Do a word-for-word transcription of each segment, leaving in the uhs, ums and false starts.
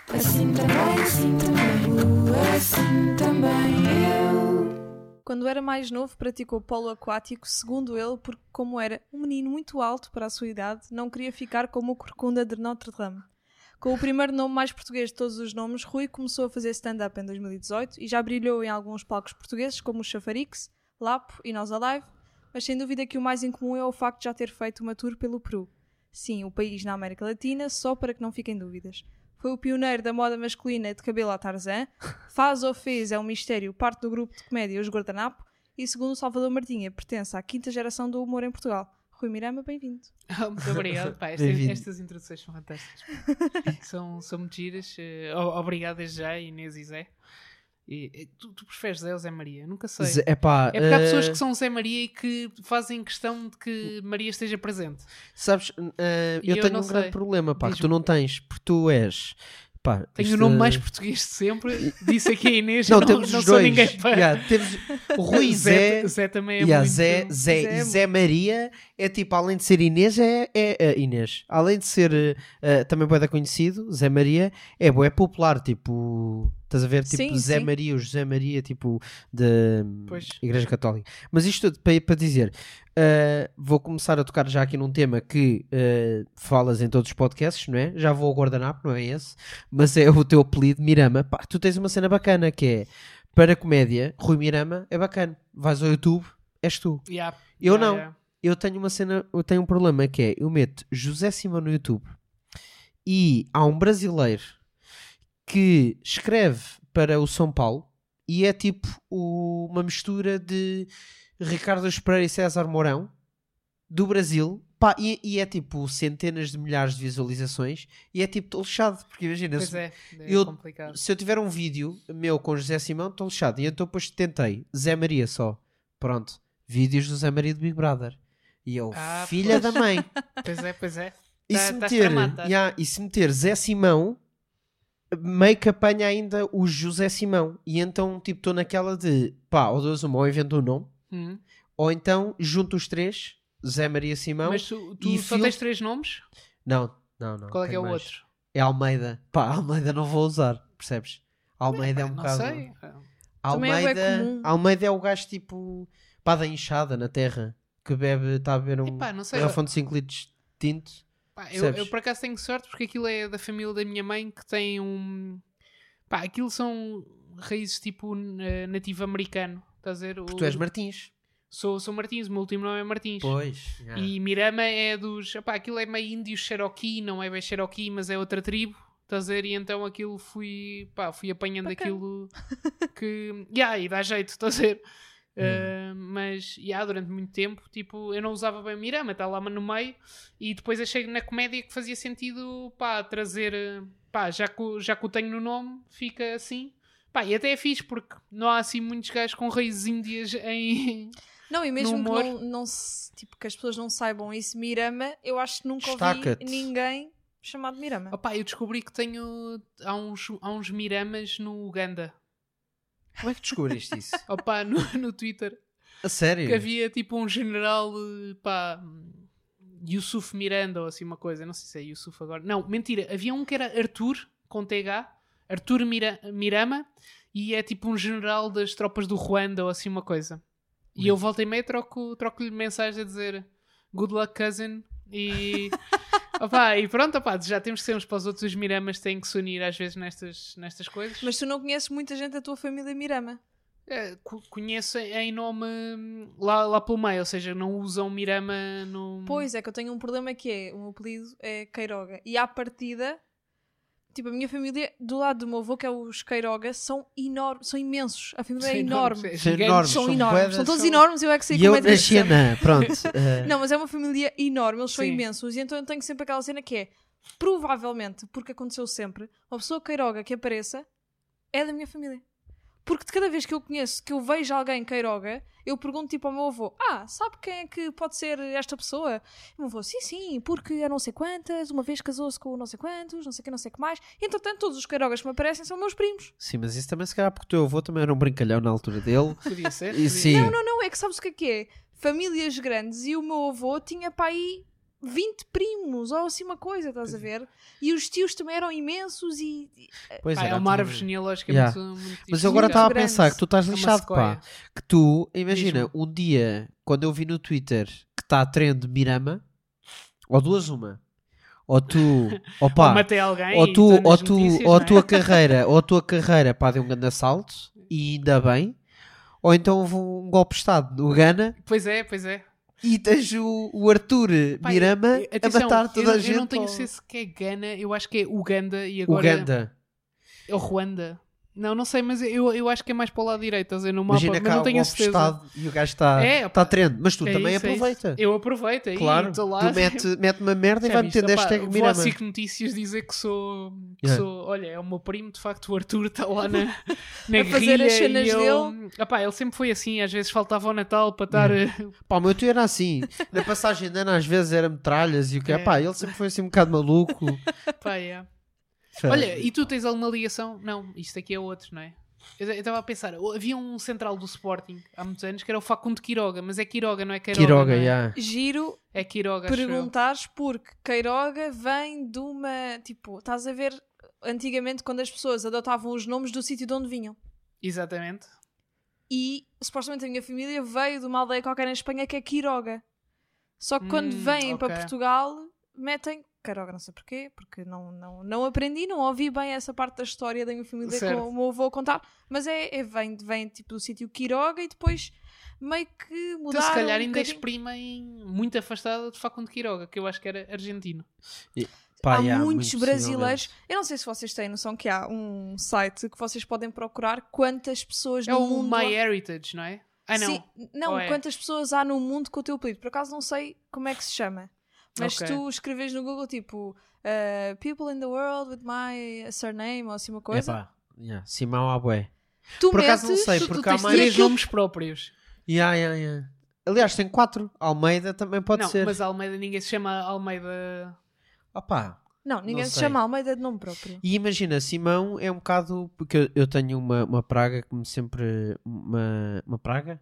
Assim também, assim também, uh, assim também eu. Quando era mais novo, praticou polo aquático, segundo ele, porque, como era um menino muito alto para a sua idade, não queria ficar como o Corcunda de Notre Dame. Com o primeiro nome mais português de todos os nomes, Rui começou a fazer stand-up em dois mil e dezoito e já brilhou em alguns palcos portugueses, como o Chafarix, Lapo e Nós Alive, mas sem dúvida que o mais incomum é o facto de já ter feito uma tour pelo Peru. Sim, o país na América Latina, só para que não fiquem dúvidas. Foi o pioneiro da moda masculina de cabelo a Tarzan, faz ou fez é um mistério, parte do grupo de comédia Os Guardanapo e, segundo Salvador Martinha, pertence à quinta geração do humor em Portugal. Rui Mirama, bem-vindo. Oh, muito obrigado. Pá, esta, estas introduções são fantásticas. são, são muito giras. Uh, obrigado desde já, Inês e Zé. E, e, tu, tu preferes Zé ou Zé Maria? Nunca sei. Zé, epá, é porque há uh... pessoas que são Zé Maria e que fazem questão de que Maria esteja presente. Sabes, uh, eu, eu tenho um sei. grande problema, pá, que tu não tens, porque tu és... Pá, tenho isto... o nome mais português de sempre. Disse aqui a Inês. Não, não, temos não os sou dois. ninguém para... Yeah, temos o Rui Zé, Zé, Zé também é yeah, muito... Zé, Zé, Zé, Zé Maria é tipo, além de ser Inês, é, é, é Inês. Além de ser uh, também bué da conhecido, Zé Maria, é bué popular, tipo... Estás a ver? Tipo sim, Zé sim. Maria, o José Maria, tipo, da pois. Igreja Católica. Mas isto tudo para, para dizer, uh, vou começar a tocar já aqui num tema que uh, falas em todos os podcasts, não é? Já vou ao guardanapo, não é esse? Mas é o teu apelido, Mirama. Pá, tu tens uma cena bacana que é, para comédia, Rui Mirama é bacana. Vais ao YouTube, és tu. Yeah. Eu yeah, não. Yeah. Eu tenho uma cena, eu tenho um problema que é, eu meto José Simão no YouTube e há um brasileiro que escreve para o São Paulo e é tipo o, uma mistura de Ricardo Espereira e César Mourão do Brasil. Pá, e, e é tipo centenas de milhares de visualizações e é tipo, estou lixado, porque imagina, pois se, é, é eu, complicado. se eu tiver um vídeo meu com José Simão, estou lixado. E então depois tentei Zé Maria só, pronto, vídeos do Zé Maria do Big Brother e eu, ah, filha pois. da mãe. Pois é, pois é. E, tá, se tá meter, tramado, yeah, e se meter Zé Simão, meio que apanha ainda o José Simão. E então, tipo, estou naquela de pá, ou dois uma, ou invento um nome, hum. ou então junto os três, Zé Maria Simão. Mas tu, tu e só fil... tens três nomes? Não, não, não. Qual é que é o mais. outro? É Almeida. Pá, Almeida não vou usar, percebes? Almeida é, é um não bocado. Sei. Almeida, é comum. Almeida é o gajo tipo pá, da inchada na terra que bebe, está a beber um Epá, não sei. garrafão de cinco litros de tinto. Pá, eu, eu por acaso tenho sorte porque aquilo é da família da minha mãe que tem um. Pá, aquilo são raízes tipo nativo americano. Estás a ver? Porque o... tu és Martins. Sou, sou Martins, o meu último nome é Martins. Pois. Yeah. E Mirama é dos. Epá, aquilo é meio índio Cherokee, não é bem Cherokee, mas é outra tribo. Estás a ver? E então aquilo fui. Pá, fui apanhando Bacana. aquilo que. Yeah, e dá jeito, estás a ver? Hum. Uh, mas yeah, durante muito tempo tipo, eu não usava bem Mirama, está lá no meio e depois achei na comédia que fazia sentido pá, trazer pá, já, que, já que o tenho no nome fica assim pá, e até é fixe porque não há assim muitos gajos com raízes índias em Não, e mesmo que, humor. não, não se, tipo, que as pessoas não saibam isso, Mirama, eu acho que nunca ouvi Destaca-te. ninguém chamado Mirama. Opá, eu descobri que tenho há uns, há uns Miramas no Uganda. Como é que descobriste isso? Opá, no, no Twitter A sério? que havia tipo um general pá, Yusuf Miranda ou assim uma coisa, não sei se é Yusuf agora, não, mentira, havia um que era Arthur com T H, Arthur Mira, Mirama e é tipo um general das tropas do Ruanda ou assim uma coisa e Ui. eu volto e meio troco, troco-lhe mensagem a dizer good luck cousin e, opá, e pronto, opá, já temos que ser uns para os outros, os Miramas têm que se unir às vezes nestas, nestas coisas. Mas tu não conheces muita gente da tua família Mirama? É, conheço em nome hum, lá, lá pelo meio, ou seja, não usam Mirama no... Pois é, que eu tenho um problema que é, o meu apelido é Queiroga. E à partida, tipo, a minha família, do lado do meu avô, que é os Queiroga, são enormes, são imensos. A família é São enorme. enormes, é São gigantes. enormes. São São enormes. bué- São todos são- enormes, eu é que sei E como eu é que nasci anã, pronto. Uh, Não, mas é uma família enorme, eles são Sim. imensos. E então eu tenho sempre aquela cena que é, provavelmente, porque aconteceu sempre, uma pessoa Queiroga que apareça é da minha família. Porque de cada vez que eu conheço, que eu vejo alguém Queiroga, eu pergunto tipo ao meu avô, ah, sabe quem é que pode ser esta pessoa? E o meu avô, sim, sim, porque é não sei quantas, uma vez casou-se com não sei quantos, não sei o que, não sei o que mais. E, entretanto, todos os Queirogas que me aparecem são meus primos. sim, mas isso também se calhar porque o teu avô também era um brincalhão na altura dele. Podia ser. E podia sim. ser. Não, não, não, é que sabes o que é que é? Famílias grandes e o meu avô tinha para aí vinte primos, ou assim uma coisa, estás a ver? E os tios também eram imensos e... e- Pois Pá, é era, uma tudo- árvore genealógica Yeah. muito, muito Mas eu agora difícil. estava a grandes. pensar que tu estás É uma lixado, sequoia. pá. Que tu, imagina, Diz-me. um dia, quando eu vi no Twitter que está a trend Mirama, ou duas uma, ou tu, ou Ou pá, matei alguém ou e tu, está nas ou tu, notícias, ou não a é? tua carreira, ou a tua carreira, pá, deu um grande assalto, e ainda bem, ou então houve um golpe de Estado no Ghana, Pois é, pois é. e tens o, o Arthur Pá, Mirama e- atenção, a matar toda eu, a eu gente. não tenho ou- certeza se é Gana, eu acho que é Uganda e agora Uganda. é o Ruanda. Não, não sei, mas eu, eu acho que é mais para o lado direito, estás a dizer, no mapa, Imagina mas cá não o tenho a golpe de certeza. Estado e o gajo está É, tá pá. trend, mas tu É também isso, é isso. aproveita. Eu aproveito aí, Claro, estou lá. tu mete, mete uma merda e Já vai viste? metendo Opá, hashtag vou Mirama. a SIC Notícias dizer que sou, que Yeah. sou, olha, é o meu primo, de facto, o Arthur está lá na, na A fazer guerrilha as cenas e eu, opá, ele sempre foi assim, às vezes faltava o Natal para estar, eh, Pá, o meu tio era assim. Na passagem de ano às vezes era metralhas e o que é. É. Pá, ele sempre foi assim um bocado maluco. pá, yeah. Olha, e tu tens alguma ligação? Não, isto aqui é outro, não é? Eu estava a pensar, havia um central do Sporting há muitos anos que era o Facundo Quiroga, mas é Quiroga, não é Queiroga? Quiroga, não é? já. Giro É Quiroga, acho eu. perguntares porque Queiroga vem de uma... Tipo, estás a ver antigamente quando as pessoas adotavam os nomes do sítio de onde vinham. Exatamente. E supostamente a minha família veio de uma aldeia qualquer na Espanha que é Quiroga. Só que quando Hum, vêm ok. para Portugal metem Queiroga, não sei porquê, porque não, não, não aprendi, não ouvi bem essa parte da história da minha família Certo. que o meu avô a contar, mas é, é vem, vem tipo do sítio Quiroga e depois meio que mudaram Então se calhar um ainda bocadinho. exprimem muito afastada de Facundo Quiroga, que eu acho que era argentino. Pá, Há já, muitos muito brasileiros. Eu não sei se vocês têm noção que há um site que vocês podem procurar quantas pessoas É no o mundo há- MyHeritage, não é? Ah, não. Sim, não, Ou é? quantas pessoas há no mundo com o teu apelido? Por acaso não sei como é que se chama. Mas Ok. se tu escreves no Google tipo uh, People in the world with my surname ou assim uma coisa, Epá, já, Simão Abué. tu Por acaso metes. não sei, Tu, tu porque há tens mais- três aquilo- nomes próprios. Ya, ya, ya. Aliás, tem quatro. Almeida também pode não, ser. mas Almeida, ninguém se chama Almeida. Opá. Não, ninguém Não se sei. chama Almeida de nome próprio. E imagina, Simão é um bocado. Porque eu, eu tenho uma, uma praga que me sempre. Uma, uma praga?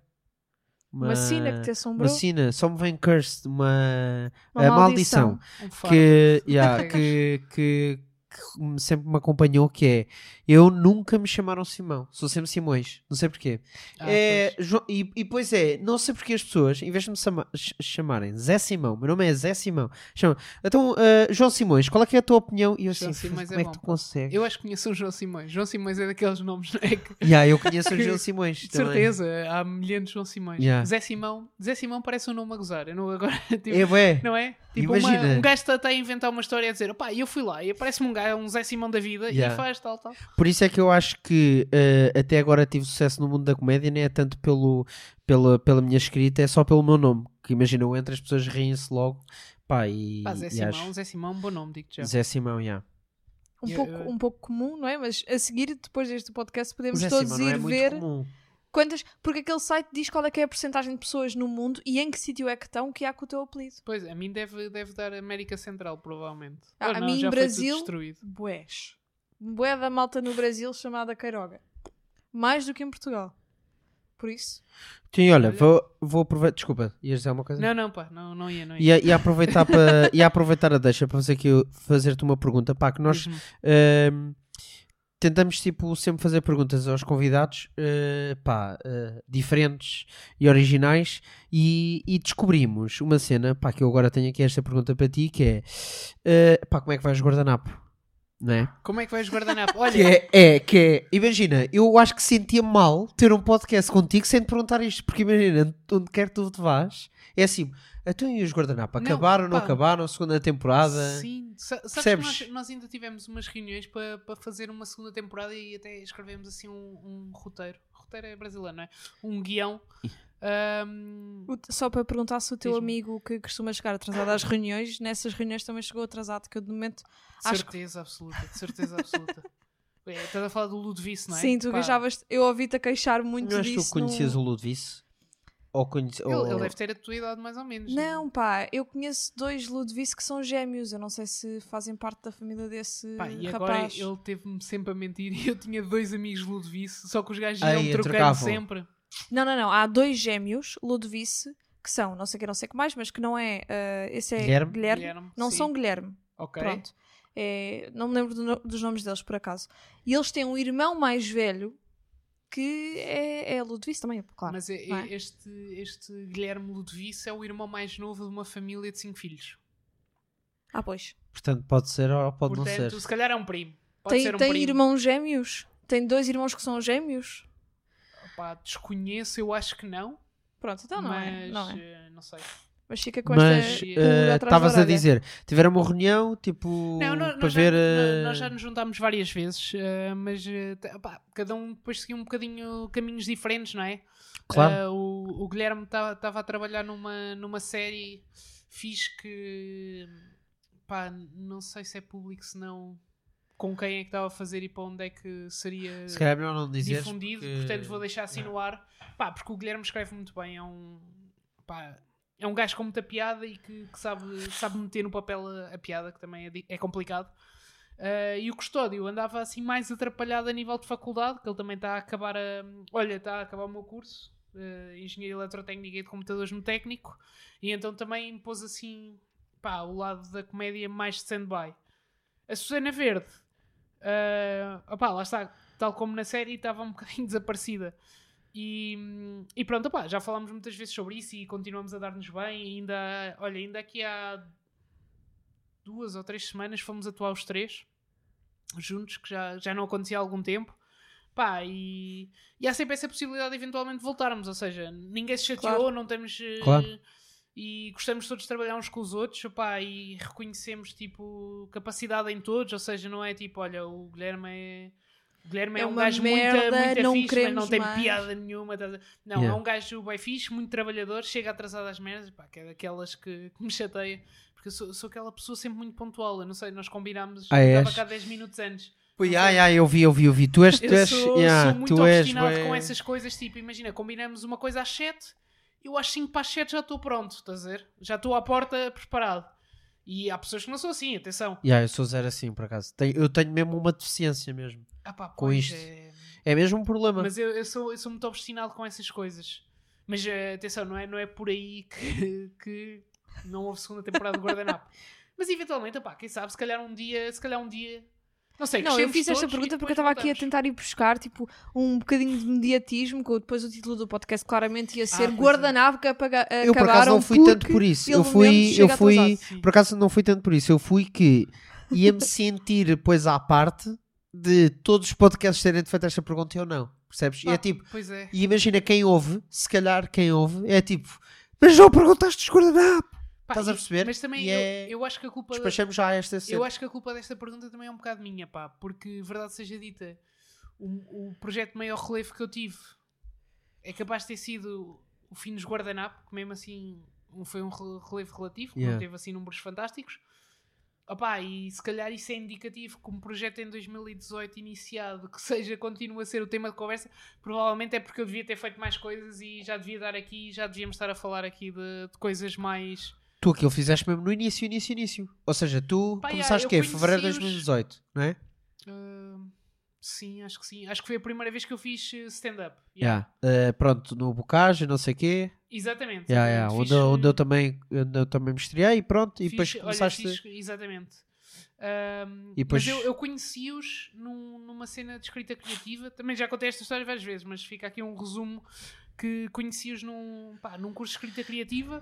Uma sina que te Uma assombrou. sina, só me vem cursed, uma, Uma a maldição. Um fardo. que, yeah, Carregas. que, que, que me- sempre me acompanhou, que é eu nunca me chamaram Simão, sou sempre Simões, não sei porquê. Ah, é, pois. Jo- e, e depois é, não sei porque as pessoas, em vez de me chama- ch- chamarem Zé Simão, meu nome é Zé Simão, chamam, então ah, João Simões, qual é que é a tua opinião? E eu João assim, Simões como é é, que bom, tu pá. consegues? Eu acho que conheço o João Simões. João Simões é daqueles nomes, não é? Que- Yeah, eu conheço o que- João Simões De também. certeza, há milhares de João Simões. Yeah. Zé Simão, Zé Simão parece um nome a gozar. Eu não agora, tipo, É, bué. não é? Tipo, uma- Imagina. um gajo está a inventar uma história a dizer, opá, eu fui lá e aparece-me um gajo, um Zé Simão da vida Yeah. e faz tal, tal. Por isso é que eu acho que eh, até agora tive sucesso no mundo da comédia, nem é tanto pelo, pela, pela minha escrita, é só pelo meu nome. Que imagina, eu entro, as pessoas riem-se logo. Pá, e, Pá, Zé e Simão, acho- Zé Simão, um bom nome, digo-te já. Zé Simão, já. Um, Eu- pouco, eu- um pouco comum, não é? Mas a seguir, depois deste podcast, podemos Zé todos Simão não ir é muito ver comum. quantas. Porque aquele site diz qual é que é a porcentagem de pessoas no mundo e em que sítio é que estão que há com o teu apelido. Pois, a mim deve, deve dar América Central, provavelmente. Ah, Ou a não, mim, já foi tudo Brasil- destruído. Bués. Bué da malta no Brasil chamada Queiroga. Mais do que em Portugal. Por isso. Sim, olha, Olha. vou, vou aproveitar. Desculpa, ias dizer alguma coisa? Não, não, pá, não, não ia, não ia. Ia, ia aproveitar para ia aproveitar a deixa para fazer aqui, fazer-te uma pergunta. Pá, que nós Diz-me. ehm, tentamos tipo, sempre fazer perguntas aos convidados eh, pá, eh, diferentes e originais e, e descobrimos uma cena pá, que eu agora tenho aqui esta pergunta para ti que é eh, pá, como é que vais guardanapo? Não é? Como é que vais guardanapo? Olha, Que é, é, que é, imagina, eu acho que sentia mal ter um podcast contigo sem te perguntar isto, porque imagina, onde quer que tu te vás, é assim, então e os guardanapo? Não, Acabaram, não pá. acabaram, segunda temporada? sim, sa- sabes Percebes? que nós, nós ainda tivemos umas reuniões para para fazer uma segunda temporada e até escrevemos assim um, um roteiro. Roteiro é brasileiro, não é? Um guião. Ahm, O- Só para perguntar se o teu Diz-me. amigo que costuma chegar atrasado às reuniões, nessas reuniões também chegou atrasado, que eu de momento. de Acho que- certeza absoluta, de certeza absoluta. É, estás a falar do Ludovice, não é? Sim, tu Pá, queixavas. Eu ouvi-te a queixar muito Não és tu disso. que conhecias no- o Ludvice? Ou conhece... Ele, ou... ele deve ter a tua idade mais ou menos. Não, pá, eu conheço dois Ludvice que são gêmeos. Eu não sei se fazem parte da família desse Pá, e agora rapaz. ele teve-me sempre a mentir e eu tinha dois amigos Ludovice, só que os gajos Ai, iam trocando trocavam. sempre. Não, não, não. Há dois gêmeos, Ludvice, que são não sei o que, não sei o que mais, mas que não é. Uh, esse é Guilherme? Guilherme. Guilherme, Não sim. são Guilherme. Ok. Pronto. É, não me lembro do no- dos nomes deles, por acaso. E eles têm um irmão mais velho que é, é Ludovice também, claro. Mas é- não é? este, este Guilherme Ludovice é o irmão mais novo de uma família de cinco filhos. Ah, pois. Portanto, pode ser ou pode Portanto, não ser. se calhar é um primo. Pode Tem, ser um tem primo. irmãos gêmeos? Tem dois irmãos que são gêmeos? Pá, desconheço, eu acho que não. Pronto, então não mas é. Não é. eh, não sei. Mas fica com Mas esta. eh, pulga atrás da estavas a orelha. dizer, tiveram uma reunião, tipo, Não, nós, para nós, ver... já, eh, nós já nos juntámos várias vezes, eh, mas eh, t- pá, cada um depois seguiu um bocadinho caminhos diferentes, não é? Claro. Eh, o, o Guilherme estava a trabalhar numa, numa série fixe que, pá, não sei se é público, se não, com quem é que estava a fazer e para onde é que seria Se calhar é melhor não dizer. difundido, portanto vou deixar assim no ar. Pá, porque o Guilherme escreve muito bem, é um, pá, é um gajo com muita piada e que, que sabe, sabe meter no papel a, a piada, que também é, di- é complicado. Uh, e o Custódio andava assim mais atrapalhado a nível de faculdade, que ele também está a acabar a, olha, está a acabar o meu curso, uh, Engenharia Eletrotécnica e de Computadores no Técnico, e então também pôs assim, pá, o lado da comédia mais de stand-by. A Susana Verde, uh, opá, lá está, tal como na série, estava um bocadinho desaparecida. E, e pronto, opá, já falámos muitas vezes sobre isso e continuamos a dar-nos bem. E ainda, olha, ainda aqui há duas ou três semanas fomos atuar os três juntos, que já, já não acontecia há algum tempo. Pá, e, e há sempre essa possibilidade de eventualmente voltarmos, ou seja, ninguém se chateou, Claro. não temos... eh, Claro. E gostamos todos de trabalhar uns com os outros, opá, e reconhecemos, tipo, capacidade em todos, ou seja, não é tipo, olha, o Guilherme é... O Guilherme é, É um uma gajo merda, muito, muito não fixe, mas queremos não tem mais. piada nenhuma. estás a- Não, Yeah. é um gajo bem fixe, muito trabalhador, chega atrasado às merdas, pá, que é daquelas que, que me chateia, porque eu sou, sou aquela pessoa sempre muito pontual. Eu não sei, nós combinámos, Ah, eu estava és? cá dez minutos antes. Ui, Não ai, sei. ai, eu vi, eu vi, eu vi. Tu és, tu Eu és, sou, yeah, sou muito tu és, obstinado bué- com essas coisas, tipo, imagina, combinamos uma coisa às sete, eu às cinco para as sete já estou pronto, estás a ver? Já estou à porta preparado. E há pessoas que não são assim, atenção. Yeah, eu sou zero assim, por acaso. Tenho- eu tenho mesmo uma deficiência mesmo. Ah pá, Com pois, isto. é- É mesmo um problema. Mas eu, eu, sou, eu sou muito obstinado com essas coisas. Mas eh, atenção, não é, não é por aí que, que não houve segunda temporada do Guardanapo. Mas eventualmente, opá, quem sabe, se calhar um dia, se calhar um dia. Não sei, Não, eu crescemos fiz esta todos e pergunta porque eu depois estava aqui a voltamos. tentar ir buscar tipo, um bocadinho de mediatismo, que depois o título do podcast claramente ia ser pois é. Guardanapo que apaga, Eu por acaso acabaram não fui tanto porque por isso. Eu Elemento fui, eu chega fui, atrasado. Sim. por acaso não fui tanto por isso. Eu fui que ia-me sentir depois à parte de todos os podcasts terem feito esta pergunta e eu não. Percebes? E Pá, é tipo, Pois é. e imagina quem ouve, se calhar quem ouve, é tipo, mas não perguntaste dos guardanapo. Pá, Estás a e- perceber? Mas também E eu, é- eu acho que a culpa. Despachamos já esta cena. Eu acho que a culpa desta pergunta também é um bocado minha, pá, porque, verdade seja dita, o, o projeto de maior relevo que eu tive é capaz de ter sido o fim dos Guardanapo, que mesmo assim um- foi um re- relevo relativo, que Yeah. não teve assim números fantásticos. Opá, e se calhar isso é indicativo que um projeto em dois mil e dezoito iniciado, que seja, continua a ser o tema de conversa, provavelmente é porque eu devia ter feito mais coisas e já devia dar aqui, já devíamos estar a falar aqui de, de coisas mais... Tu aquilo fizeste mesmo no início, início, início. Ou seja, tu Pá, começaste yeah, o quê? eu Fevereiro de conheci-os- dois mil e dezoito, não é? Ah, sim, acho que sim. Acho que foi a primeira vez que eu fiz eh, stand-up. Yeah. Uh, pronto, no Bocage, não sei o quê. Exatamente. Yeah, exatamente. yeah. Onde, Fiz, eu- eh, onde eu também, onde eu também me estreiei e pronto. E fiz- depois olha, começaste... fiz- exatamente. Ahm, E depois- Mas eu, eu conheci-os num- numa cena de escrita criativa. Também já contei esta história várias vezes, mas fica aqui um resumo que conheci-os num, pá, num curso de escrita criativa.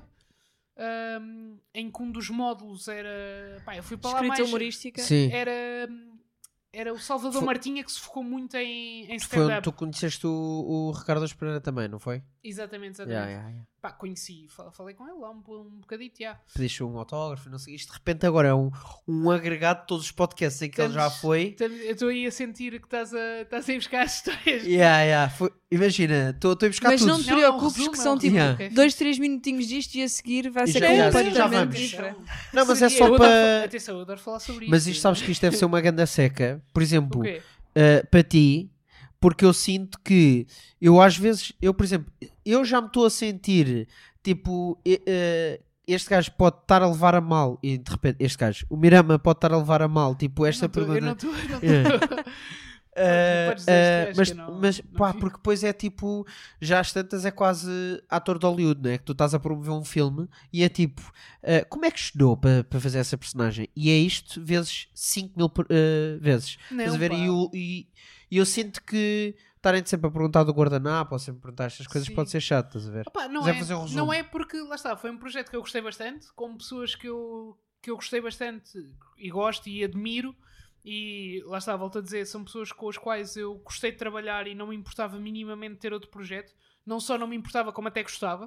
ahm, em que um dos módulos era... Pá, eu fui para lá Escrita mais... humorística. Sim. Era, era o Salvador Foi- Martinha, que se focou muito em, em Foi onde stand-up. tu conheceste o, o Ricardo Pereira também, não foi? Exatamente, exatamente. Yeah, yeah, yeah. Pá, conheci, fal- falei com ele lá um, um bocadito, já. Pediste um autógrafo, não sei. Isto de repente agora é um, um agregado de todos os podcasts em que ele já Estamos- foi. Estamos- Eu estou aí a sentir que estás a, estás a ir buscar as histórias. Yeah, yeah. Foi- Imagina, estou a ir buscar Mas tudo. não te Não, é um preocupes resumo, que é são um tipo resumo, ok. dois, três minutinhos disto e a seguir vai E ser já- já- completamente já vamos. diferente. Não, mas é Seria- só eu adoro para- fa- Atenção, eu adoro falar sobre Mas isto. isto sabes que isto deve ser uma ganda seca. Por exemplo, O quê? uh, para ti, porque eu sinto que eu às vezes, eu por exemplo, eu já me estou a sentir tipo, e- uh, este gajo pode estar a levar a mal, e de repente, este gajo, o Mirama pode estar a levar a mal, tipo, esta Eu não tô- pergunta. Eu não estou. Yeah. Uh, podes dizer uh, as mas, que eu não- mas não pá, vi. porque depois é tipo, já às tantas é quase ator de Hollywood, não é? Que tu estás a promover um filme e é tipo, uh, como é que estudou para para fazer essa personagem? E é isto vezes cinco mil por- uh, vezes. Não, Estás a ver? pá. E eu, e, e eu sinto que estarem sempre a perguntar do guardanapo ou sempre a perguntar estas coisas Sim. pode ser chato, estás a ver? Opa, não, Mas é é, fazer um resumo. não é porque, lá está, foi um projeto que eu gostei bastante, com pessoas que eu, que eu gostei bastante e gosto e admiro, e lá está, volto a dizer, são pessoas com as quais eu gostei de trabalhar e não me importava minimamente ter outro projeto, não só não me importava como até gostava,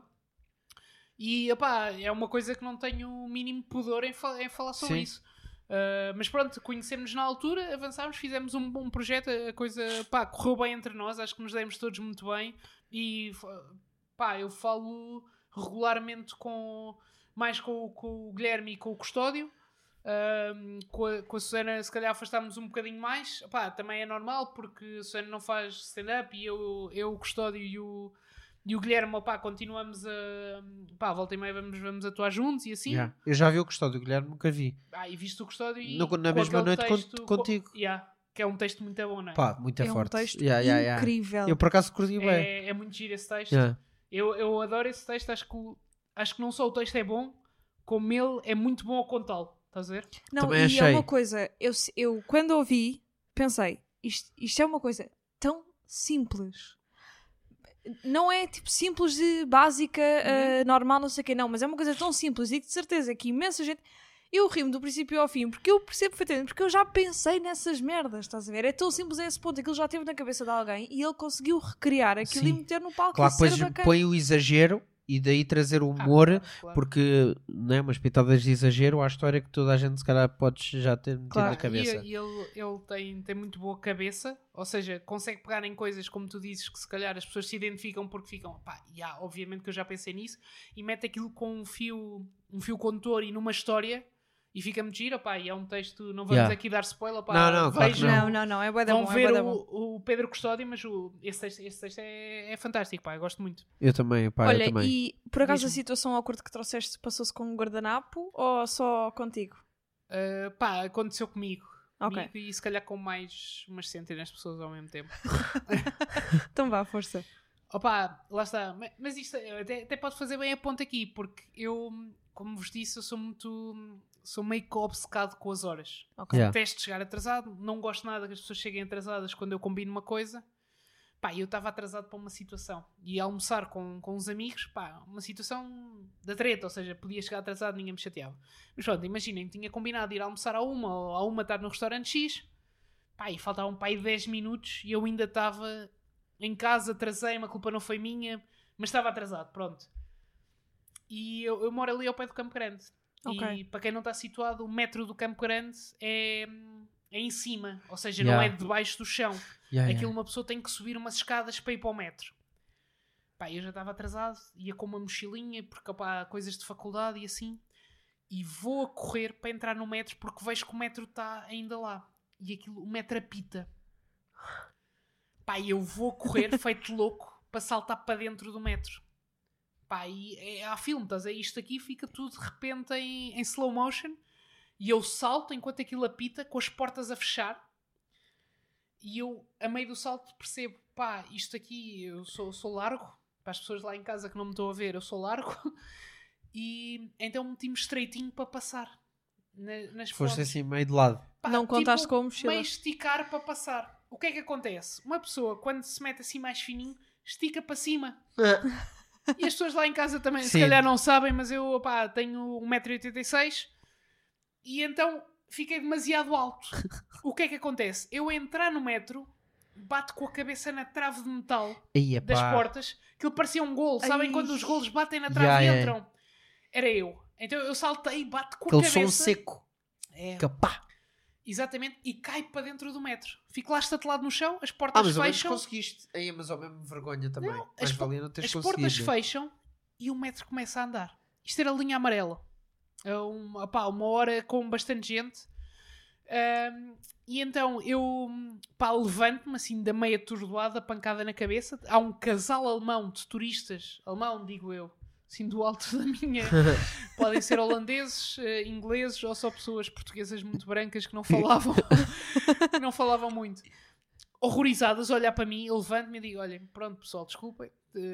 e opá, é uma coisa que não tenho o mínimo pudor em, fa- em falar sobre Sim. isso. Uh, mas pronto, conhecemos na altura, avançámos, fizemos um bom projeto, a coisa pá, correu bem entre nós, acho que nos demos todos muito bem e pá, eu falo regularmente com mais com, com o Guilherme e com o Custódio. Um, com, a, com a Susana se calhar afastámos um bocadinho mais, pá, também é normal porque a Susana não faz stand-up e eu, eu o Custódio e o, e o Guilherme, opá, continuamos a pá, volta e meia vamos, vamos atuar juntos e assim. Yeah. Eu já vi o Custódio, o Guilherme nunca vi. Ah, e viste o Custódio e No- na com mesma aquele noite con- texto, contigo. co- yeah, que é um texto muito bom, não é? Pá, muito É um forte. texto Yeah, yeah, yeah. incrível. Eu por acaso curti bem. é, é muito giro esse texto. Yeah. Eu, eu adoro esse texto, acho que, o- acho que não só o texto é bom, como ele é muito bom a contá-lo. Estás a ver? Não, Também e é achei. uma coisa, eu, eu quando ouvi, pensei, isto, isto é uma coisa tão simples. Não é tipo simples de básica, Uhum. uh, normal, não sei o quê, não, mas é uma coisa tão simples e que de certeza que imensa gente. Eu rimo do princípio ao fim porque eu percebo perfeitamente, porque eu já pensei nessas merdas, estás a ver? É tão simples a esse ponto, aquilo já esteve na cabeça de alguém e ele conseguiu recriar aquilo Sim. e meter no palco Claro e que depois ser bacana. põe o exagero e daí trazer o Ah, humor, claro, claro. porque né, umas pitadas de exagero à história que toda a gente se calhar podes já ter metido Claro. na cabeça. E, e ele, ele tem, tem muito boa cabeça, ou seja, consegue pegar em coisas, como tu dizes, que se calhar as pessoas se identificam porque ficam, pá, yeah, obviamente que eu já pensei nisso, e mete aquilo com um fio, um fio condutor e numa história, e fica muito giro, pá, e é um texto, não vamos Yeah. aqui dar spoiler, pá, Não, não, claro que vejam, Não, não, não, é bué da vão bom, é ver bué da o, bom. o Pedro Custódio, mas o, esse texto, esse texto é, é fantástico, pá, eu gosto muito. Eu também, pá, Olha, eu também. e por acaso a Diz-me. situação awkward que trouxeste passou-se com um guardanapo ou só contigo? Uh, pá, aconteceu comigo. Ok. Comigo e se calhar com mais umas centenas de pessoas ao mesmo tempo. Então vá, força. Opa, lá está. Ma- Mas isto até, até pode fazer bem a ponta aqui, porque eu, como vos disse, eu sou muito. Sou meio que obcecado com as horas. Ok. Yeah. Detesto chegar atrasado, não gosto nada que as pessoas cheguem atrasadas quando eu combino uma coisa. Pá, eu estava atrasado para uma situação. E almoçar com, com uns amigos, pá, uma situação da treta, ou seja, podia chegar atrasado, ninguém me chateava. Mas pronto, imaginem, tinha combinado ir almoçar à uma, ou à uma estar no restaurante X, pá, e faltavam pá, aí dez minutos e eu ainda estava em casa, atrasei-me, a culpa não foi minha, mas estava atrasado, pronto. E eu, eu moro ali ao pé do Campo Grande. Ok. E para quem não está situado, o metro do Campo Grande é, é em cima, ou seja, Yeah. não é debaixo do chão. Yeah, Aquilo yeah. uma pessoa tem que subir umas escadas para ir para o metro. Pá, eu já estava atrasado, ia com uma mochilinha, porque pá, coisas de faculdade e assim, e vou a correr para entrar no metro porque vejo que o metro está ainda lá. E aquilo, o metro apita. Pá, e eu vou a correr, feito louco, para saltar para dentro do metro. Pá, e é, há filme, estás a ver? Isto aqui fica tudo de repente em, em slow motion, e eu salto enquanto aquilo apita, com as portas a fechar. E eu, a meio do salto, percebo, pá, isto aqui, eu sou, sou largo, para as pessoas lá em casa que não me estão a ver, eu sou largo, e então meti-me estreitinho para passar na, nas Foste pontes. assim meio de lado. Pá, Não contaste tipo, com a mochila? meio esticar para passar. O que é que acontece? Uma pessoa, quando se mete assim mais fininho, estica para cima. E as pessoas lá em casa também, se Sim. calhar não sabem, mas eu, opá, tenho um metro e oitenta e seis e então fiquei demasiado alto. O que é que acontece? Eu entrar no metro, bato com a cabeça na trave de metal Aí, das epá. portas, que parecia um golo. Sabem Ai. quando os golos batem na trave Yeah, e yeah. entram? Era eu. Então eu saltei, bato com Aquele a som cabeça. seco. É, Que pá. exatamente, e cai para dentro do metro. Fico lá estatelado no chão, as Ah, portas mas ao menos fecham, conseguiste. Aí, mas ao mesmo vergonha também. Não, Mais as po- valia não teres as conseguido. portas né? fecham e o metro começa a andar. Isto era a linha amarela. É uma, opá, uma hora com bastante gente. Ahm, e então eu pá, levanto-me assim da meia atordoada, pancada na cabeça. Há um casal alemão de turistas, alemão digo eu, assim do alto da minha. Podem ser holandeses, eh, ingleses ou só pessoas portuguesas muito brancas que não falavam, que não falavam muito. horrorizadas a olhar para mim, eu levanto-me e digo, olhem, pronto pessoal, desculpem,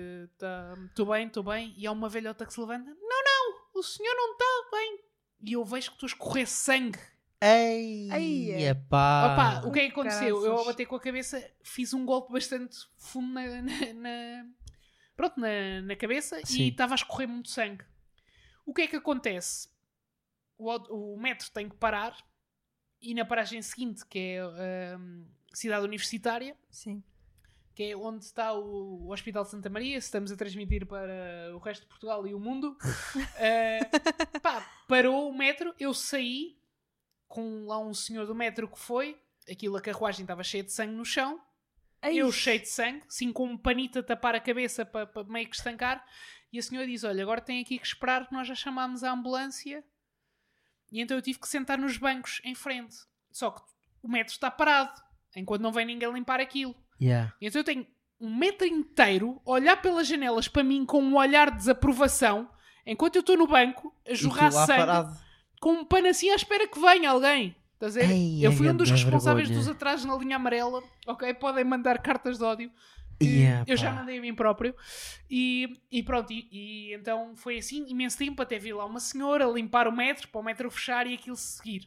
estou bem, estou bem, e há uma velhota que se levanta, não, não, o senhor não está bem, e eu vejo que estou a escorrer sangue. Ei, Ai, epá. Opa, o que é que aconteceu? Caraças. Eu ao bater com a cabeça fiz um golpe bastante fundo na, na, na- pronto, na, na cabeça Sim. e estava a escorrer muito sangue. O que é que acontece? O, au- o metro tem que parar e na paragem seguinte, que é hum, Cidade Universitária, Sim. que é onde está o, o Hospital de Santa Maria, se estamos a transmitir para o resto de Portugal e o mundo, eh, pá, parou o metro, eu saí com lá um senhor do metro que foi, aquilo, a carruagem estava cheia de sangue no chão, Ai, eu cheio de sangue, assim com um panito a tapar a cabeça para, para meio que estancar, e a senhora diz, olha, agora tem aqui que esperar que nós já chamámos a ambulância, e então eu tive que sentar nos bancos em frente, só que o metro está parado, enquanto não vem ninguém limpar aquilo. Yeah. Então eu tenho um metro inteiro a olhar pelas janelas para mim com um olhar de desaprovação, enquanto eu estou no banco a E jorrar tu lá sangue, parado. com um pano assim à espera que venha alguém. Estás a ver? Ei, Eu fui um dos grande responsáveis vergonha. dos atrasos na linha amarela. Ok, podem mandar cartas de ódio. que Yeah, eu já pá. mandei a mim próprio. E, e pronto, e, e então foi assim imenso tempo até vir lá uma senhora limpar o metro, para o metro fechar e aquilo seguir.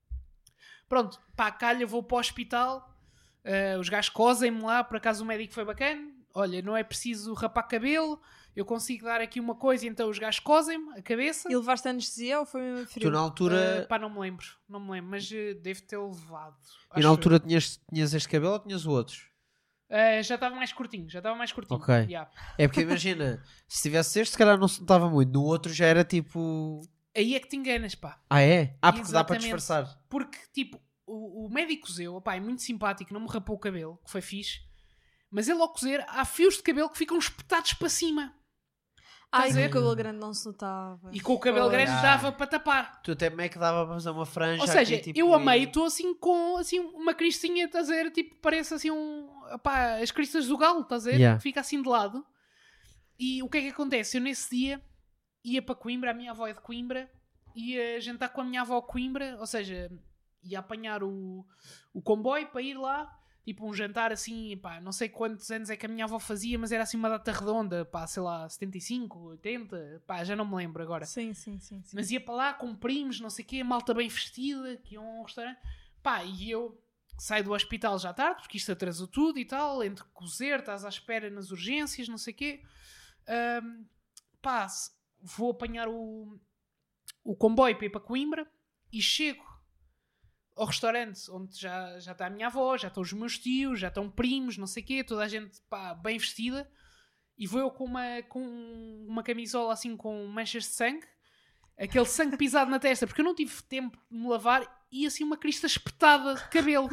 Pronto, pá, calha, vou para o hospital. Uh, os gajos cosem-me lá, por acaso o médico foi bacana. Olha, não é preciso rapar cabelo, eu consigo dar aqui uma coisa, então os gajos cosem-me a cabeça. E levaste anestesia ou foi mesmo frio? Tu na altura, Uh, pá, não me lembro, não me lembro, mas uh, devo ter levado. e acho na altura tinhas, tinhas este cabelo ou tinhas o outro? eu. Uh, já estava mais curtinho, já estava mais curtinho. Ok. Yeah. É porque imagina, se tivesse este, se calhar não se notava muito. No outro já era tipo. Aí é que te enganas, pá. Ah, é? Ah, porque dá para Exatamente. disfarçar. Porque, tipo, o, o médico cozeu, opá, é muito simpático, não me rapou o cabelo, que foi fixe. Mas ele ao cozer, há fios de cabelo que ficam espetados para cima. Ai, Estás a com ver? o cabelo grande não se notava. E com o cabelo Pois. grande Ah. dava para tapar. Tu até meio que dava para fazer uma franja. Ou seja, aqui, tipo, eu a meio e- estou assim com assim, uma cristinha, estás a ver? Tipo, parece assim um. Opá, as cristas do galo, estás a ver? Yeah. Fica assim de lado. E o que é que acontece? Eu nesse dia ia para Coimbra, a minha avó é de Coimbra, ia jantar com a minha avó a Coimbra, ou seja, ia apanhar o, o comboio para ir lá. Tipo um jantar assim, pá, não sei quantos anos é que a minha avó fazia, mas era assim uma data redonda, pá, sei lá, setenta e cinco, oitenta, pá, já não me lembro agora. Sim, sim, sim. sim. Mas ia para lá com primos, não sei o quê, malta bem vestida, que iam a um restaurante. Pá, e eu saio do hospital já tarde, porque isto atrasou tudo e tal, entre cozer, estás à espera nas urgências, não sei o quê. Ahm, pá, se- vou apanhar o, o comboio para ir para Coimbra e chego ao restaurante onde já, já está a minha avó, já estão os meus tios, já estão primos, não sei o quê, toda a gente, pá, bem vestida. E vou eu com uma, com uma camisola assim com manchas de sangue, aquele sangue pisado na testa, porque eu não tive tempo de me lavar, e assim uma crista espetada de cabelo.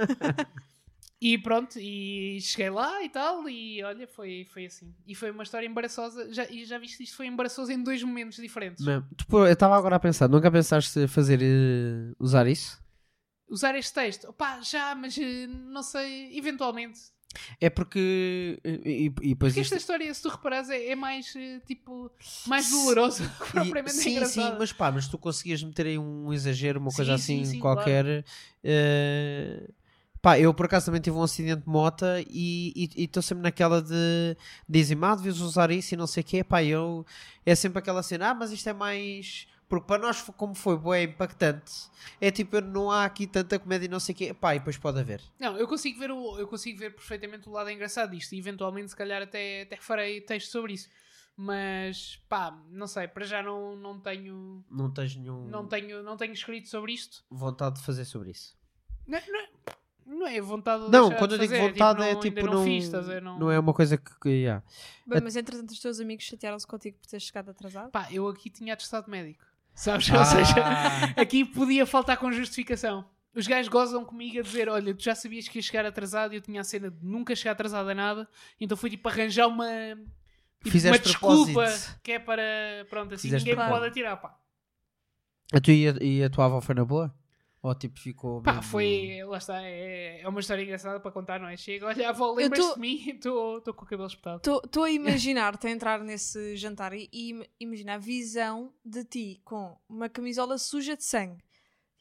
E pronto, e cheguei lá e tal, e olha, foi, foi assim. E foi uma história embaraçosa, já, e já viste, isto foi embaraçoso em dois momentos diferentes. Mesmo. Tu, pô, eu estava agora a pensar, nunca pensaste fazer eh, usar isso? Usar este texto, opá, já, mas eh, não sei, eventualmente. É porque. E, e- e depois Porque isto- esta história, se tu reparares, é, é mais, eh, tipo, mais dolorosa que E- propriamente sim, engraçada. sim, mas pá, mas tu conseguias meter aí um exagero, uma coisa Sim, assim sim, sim, qualquer. eh, Pá, eu por acaso também tive um acidente de moto e estou sempre naquela de dizem-me, ah, devias usar isso e não sei o quê. Pá, eu é sempre aquela cena, ah, mas isto é mais. Porque para nós, como foi bué impactante, é tipo, não há aqui tanta comédia e não sei o quê. Pá, e depois pode haver. Não, eu consigo ver, o, eu consigo ver perfeitamente o lado engraçado disto e eventualmente, se calhar, até, até farei texto sobre isso. Mas, pá, não sei, para já não, não tenho. Não tens nenhum Não tenho, não tenho escrito sobre isto. vontade de fazer sobre isso. Não, não, é, não é vontade de Não, deixar quando de eu digo fazer, vontade não, é ainda tipo, não, não, fiz, estás a ver? Não, não é uma coisa que. que yeah. Bem, mas entretanto os teus amigos chatearam-se contigo por teres chegado atrasado? Pá, eu aqui tinha atestado médico. Sabes? Ah. Ou seja, aqui podia faltar com justificação. Os gajos gozam comigo a dizer, olha, tu já sabias que ia chegar atrasado e eu tinha a cena de nunca chegar atrasado a nada, então foi tipo arranjar uma, tipo, Fizeste uma desculpa propósito. que é para, pronto, assim Fizeste ninguém me propósito. pode atirar, pá. A tu e a, e a tua avó foi na boa? Ou tipo ficou. Pá, mesmo- foi, lá está, é, é uma história engraçada para contar, não é? Chega, olha, avó, lembras-te tô- de mim? Estou com o cabelo espetado. Estou a imaginar-te a entrar nesse jantar e, e im- imagina a visão de ti com uma camisola suja de sangue. Tipo,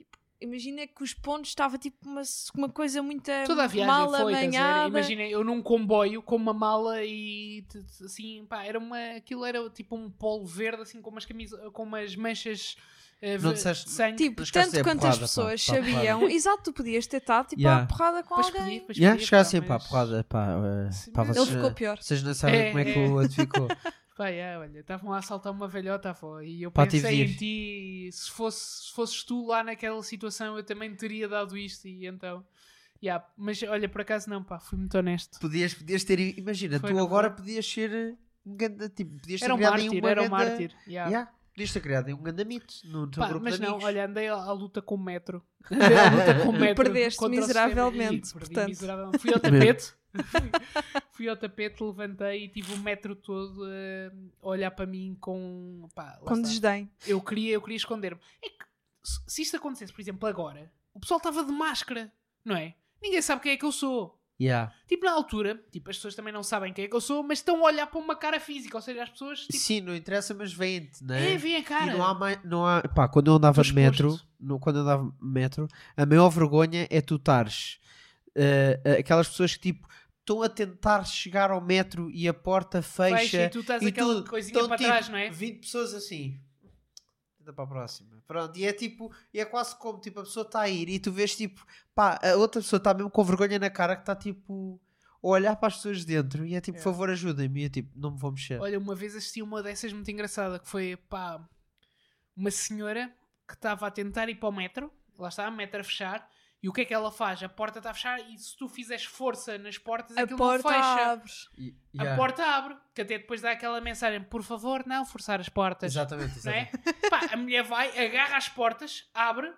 imagina que os pontos estava tipo uma, uma coisa muito Toda a viagem mal foi, estás a ver? amanhada. Imagina, eu num comboio com uma mala e t- t- assim, pá, era uma, aquilo era tipo um polo verde, assim, com umas camisas, com umas manchas eh, Não de disseste- sangue. Tipo, Mas chegaste tanto a quanto porrada, as pá, pessoas pá, porrada. sabiam, exato, tu podias ter estado tipo Yeah. à porrada com Pois alguém. podia, pois Yeah, podia, chegaste pá, sempre à mas- porrada, pá, uh, Sim, pá, mas- vocês, Ele ficou pior. vocês não sabem É, como é que é. o outro ficou. Pá, é, olha, estavam a assaltar uma velhota, avó, e eu Pá, tive pensei de em ir. ti, se, fosse, se fosses tu lá naquela situação, eu também teria dado isto, e então, yeah, mas olha, por acaso não, pá, fui muito honesto. Podias, podias ter, imagina, Foi, tu não agora foi? podias ser um ganda, tipo, podias ter Era um criado aí mártir, uma era um ganda- mártir. yeah. Yeah, podias ter criado aí um ganda mito no teu Pá, grupo mas de não, amigos. olha, andei à, à luta com o metro. Andei à luta com o metro. Perdeste contra o miseravelmente, sistema. Ih, perdi portanto. miseravelmente. Fui ao tapete. fui, fui ao tapete, levantei e tive o metro todo eh, a olhar para mim com... Pá, lá Com está. desdém. Eu queria, eu queria esconder-me. É que se se isto acontecesse, por exemplo, agora, o pessoal estava de máscara, não é? Ninguém sabe quem é que eu sou. Yeah. Tipo, na altura, tipo, as pessoas também não sabem quem é que eu sou, mas estão a olhar para uma cara física. Ou seja, as pessoas, tipo, Sim, não interessa, mas vêm-te, não é? é, vem a cara. E não há mais, não há, pá, quando eu andava Estou de metro, exposto. no, quando eu andava de metro, a maior vergonha é tu estares eh, aquelas pessoas que tipo estão a tentar chegar ao metro e a porta fecha, Fecha e tu estás aquela coisinha estão, para tipo, trás, não é? vinte pessoas assim. Tenta para a próxima. Pronto, e é tipo, e é quase como tipo a pessoa está a ir e tu vês tipo, pá, a outra pessoa está mesmo com vergonha na cara que está tipo a olhar para as pessoas de dentro e é tipo, É. por favor, ajudem-me. E é tipo, não me vou mexer. Olha, uma vez assisti uma dessas muito engraçada, que foi, pá, uma senhora que estava a tentar ir para o metro, lá está, a metro a fechar, e o que é que ela faz? A porta está a fechar e se tu fizeres força nas portas, A aquilo porta não fecha. abre. E- A yeah. porta abre, que até depois dá aquela mensagem, por favor, não forçar as portas. Exatamente, Não é? exatamente. Pá, a mulher vai, agarra as portas, abre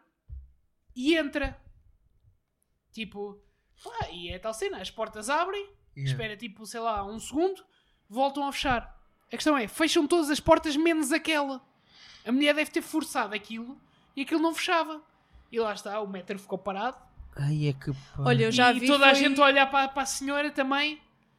e entra. Tipo, pá, e é tal cena, as portas abrem, Yeah. espera tipo, sei lá, um segundo, voltam a fechar. A questão é, fecham todas as portas menos aquela. A mulher deve ter forçado aquilo e aquilo não fechava. E lá está, o metro ficou parado. Ai, é que pá. Olha, eu já e vi. toda a foi- gente a olhar para, para a senhora também.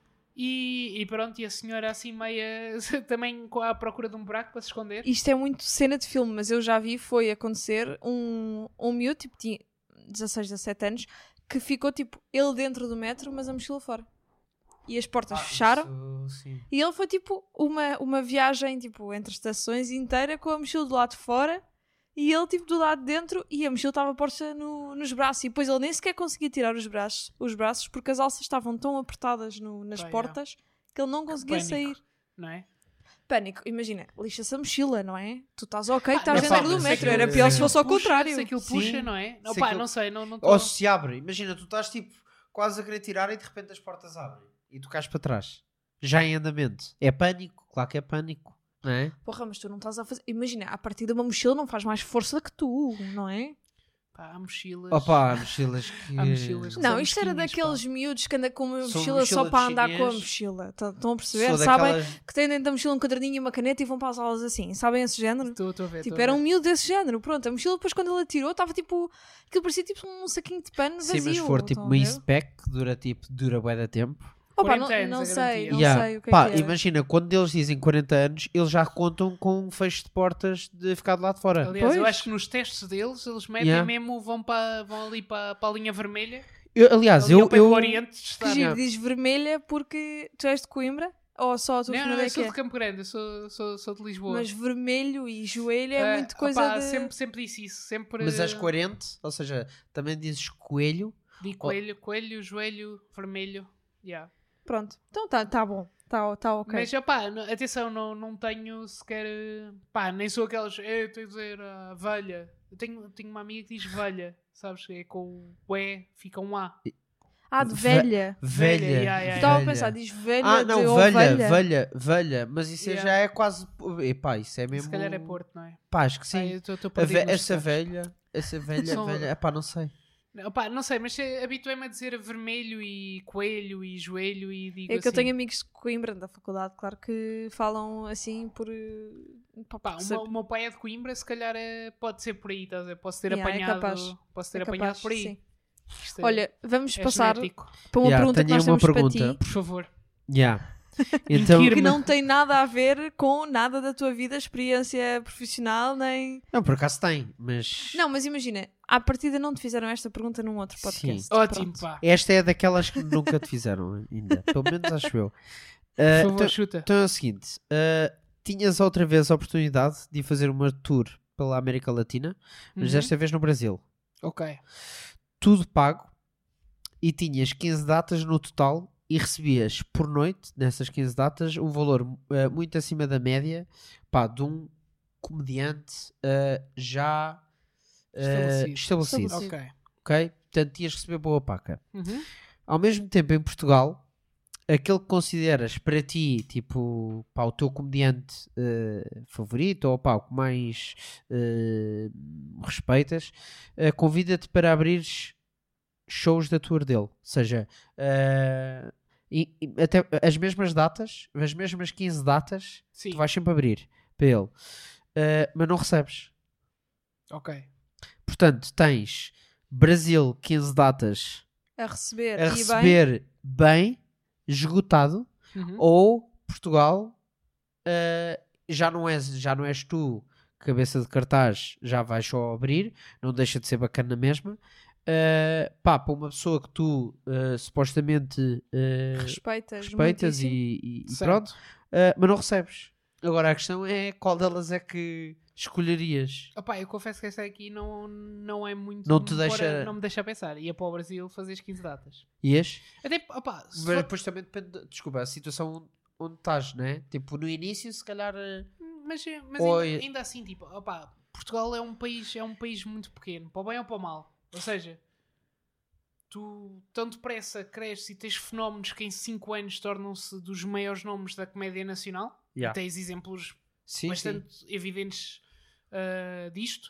E, e pronto, e a senhora assim meia também com a procura de um buraco para se esconder. Isto é muito cena de filme, mas eu já vi foi acontecer um, um miúdo, tipo, tinha dezasseis, dezassete anos, que ficou, tipo, ele dentro do metro, mas a mochila fora. E as portas Ah, fecharam. isso, sim. E ele foi, tipo, uma, uma viagem, tipo, entre estações inteira com a mochila do lado de fora e ele, tipo, do lado de dentro e a mochila estava posta no, nos braços. E depois ele nem sequer conseguia tirar os braços, os braços porque as alças estavam tão apertadas no- nas Pá, portas que ele não conseguia pânico. sair. Não é? Pânico, imagina, lixa-se a mochila, não é? Tu estás ok, Ah, estás não, dentro pá, do mas metro. aquilo- Era pior se aquilo fosse ao puxa, contrário. Se aquilo Sim. puxa, não é? Não, Se pá, aquilo- não sei, não não tô- Ou se abre, imagina, tu estás tipo quase a querer tirar e de repente as portas abrem e tu cais para trás. Já em andamento. É pânico, claro que é pânico, não é? Porra, mas tu não estás a fazer. Imagina, a partir de uma mochila não faz mais força que tu, não é? Pá, há mochilas. Opa, há mochilas que. Há mochilas que Não, são isto era mesquinhas, daqueles miúdos que andam com uma São mochila só mochila para de andar com a chinês. mochila. Tá- Estão a perceber? Sou Sabem daquelas- que têm dentro da mochila um caderninho e uma caneta e vão para as aulas assim. Sabem esse género? Estou estou a ver. Tipo, estou a era um ver. miúdo desse género. Pronto, a mochila depois quando ele atirou estava tipo. Aquilo parecia tipo um saquinho de pano Sim, vazio. mas se for tipo estão a uma ver? Eastpack que dura tipo, dura bué de tempo. Opa, não, quarenta anos, não é sei, garantia. não Yeah. sei o que Pá, é que é. imagina, quando eles dizem quarenta anos, eles já contam com um fecho de portas de ficar de lá de fora. Aliás, eu Pois. acho que nos testes deles, eles metem Yeah. mesmo, vão, para, vão ali para, para a linha vermelha. Eu, aliás, ali eu. ao pé eu do Oriente de Que estar. giro, diz vermelha porque tu és de Coimbra? Ou só a tua Não, família eu é sou que de é? Campo Grande, eu sou, sou, sou de Lisboa. Mas vermelho e joelho é Ah, muito coisa opá, de... sempre, sempre disse isso. Sempre, Mas és coerente, ou seja, também dizes coelho. De coelho, coelho, joelho, vermelho. Yeah. Pronto, então tá, tá bom. Tá, tá ok. Mas, opá, n- atenção, não, não tenho sequer... eh, Pá, nem sou aquelas... Eu tenho a dizer a velha. Eu tenho, tenho uma amiga que diz velha. Sabes? É com o E, fica um A. Ah, de Ve- velha. Velha. Velha, yeah, yeah, Estava a velha. pensar, diz velha Ah, de não, velha, ovelha. velha, velha. Mas isso Yeah. já é quase. Epá, isso é mesmo. Se calhar é Porto, não é? Pá, acho que Ah, sim. eu tô- tô A perdido ve- nos essa termos. velha, essa velha, São- velha. Epá, não sei. Não, pá, não sei, mas eh, habituei-me a dizer vermelho e coelho e joelho e digo É que eu assim. tenho amigos de Coimbra da faculdade, claro que falam assim por... eh, pá, Pá, porque o, sabe- meu, o meu pai é de Coimbra, se calhar é, pode ser por aí, estás a ver? Posso ter Yeah, é apanhado, capaz. posso ter é apanhado capaz, por aí. sim. Isto é- Olha, vamos é passar genético. para uma Yeah, pergunta que tenho nós uma temos pergunta. para ti. Por favor. Yeah. Então, Inquire- Que não tem nada a ver com nada da tua vida, experiência profissional, nem... não, por acaso tem, mas Não, mas imagina, à partida não te fizeram esta pergunta num outro podcast. Sim. Ótimo, Pronto. pá. esta é daquelas que nunca te fizeram ainda. Pelo menos acho eu. Por Ah, favor, então, chuta. então é o seguinte: ah, tinhas outra vez a oportunidade de ir fazer uma tour pela América Latina, mas Uhum. desta vez no Brasil. Ok. Tudo pago e tinhas quinze datas no total e recebias por noite, nessas quinze datas, um valor ah, muito acima da média, pá, de um comediante ah, já ah, Estabelecido. estabelecido. Estabelecido. Ok. Ok? Portanto, ias receber boa paca. Uhum. Ao mesmo tempo, em Portugal, aquele que consideras para ti, tipo, pá, o teu comediante eh, favorito ou pá, o que mais eh, respeitas, eh, convida-te para abrires shows da tour dele. Ou seja, eh, e- e até as mesmas datas, as mesmas quinze datas, Sim. tu vais sempre abrir para ele. Eh, mas não recebes. Ok. Portanto, tens Brasil, quinze datas A receber, a e bem, receber bem, esgotado, Uhum. ou Portugal uh, já, não és, já não és tu cabeça de cartaz, já vais só abrir, não deixa de ser bacana na mesma. Uh, pá, para uma pessoa que tu uh, supostamente uh, respeitas, respeitas e, muitíssimo. e- e Certo. pronto, uh, mas não recebes. Agora a questão é qual delas é que escolherias. Opá, eu confesso que esta aqui não, não é muito. Não te embora deixa- Não me deixa pensar. Ia para o Brasil fazer as quinze datas. Ias? Até, opá, se Mas for- depois também depende, de- desculpa, a situação onde estás, né? Tipo, no início, se calhar. uh, Mas, mas Ou ainda, é- ainda assim, tipo, opá, Portugal é um país, é um país muito pequeno, para o bem ou para o mal. Ou seja, tu tão depressa cresces e tens fenómenos que em cinco anos tornam-se dos maiores nomes da comédia nacional. Yeah. E tens exemplos Sim, bastante evidentes ah, disto.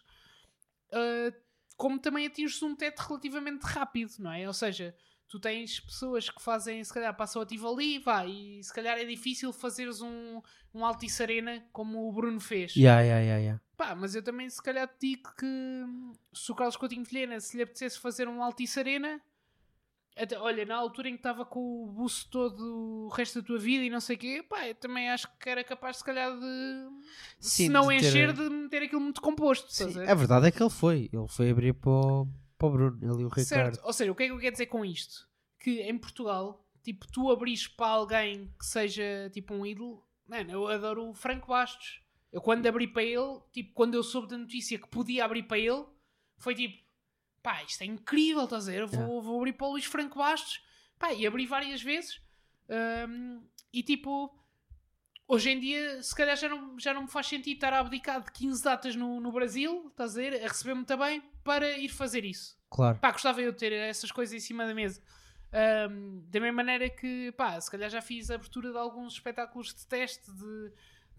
Ah, como também atinges um teto relativamente rápido, não é? Ou seja, tu tens pessoas que fazem, se calhar, passam a Tivoli, vai, e se calhar é difícil fazeres um, um Altice Arena como o Bruno fez. Yeah, yeah, yeah, yeah. Pá, mas eu também se calhar te digo que se o Carlos Coutinho Vilhena, se lhe apetecesse fazer um Altice Arena, até, olha, na altura em que estava com o buço todo o resto da tua vida e não sei o quê, pá, eu também acho que era capaz se calhar de, Sim, se não de ter- encher, de meter aquilo muito composto. Sim, estás a ver? a verdade é que ele foi. Ele foi abrir para o, para o Bruno, ele e o Ricardo. Certo, ou seja, o que é que eu quero dizer com isto? Que em Portugal, tipo, tu abris para alguém que seja tipo um ídolo, mano, eu adoro o Franco Bastos. Eu quando abri para ele, tipo, quando eu soube da notícia que podia abrir para ele, foi tipo, pá, isto é incrível, estás a ver? Eu vou, Yeah. vou abrir para o Luís Franco Bastos, pá, e abri várias vezes. Hum, e tipo, hoje em dia, se calhar já não, já não me faz sentido estar a abdicar de quinze datas no, no Brasil, estás a ver? A receber muito bem para ir fazer isso. Claro. Pá, gostava eu de ter essas coisas em cima da mesa. Ahm, da mesma maneira que, pá, se calhar já fiz a abertura de alguns espetáculos de teste de,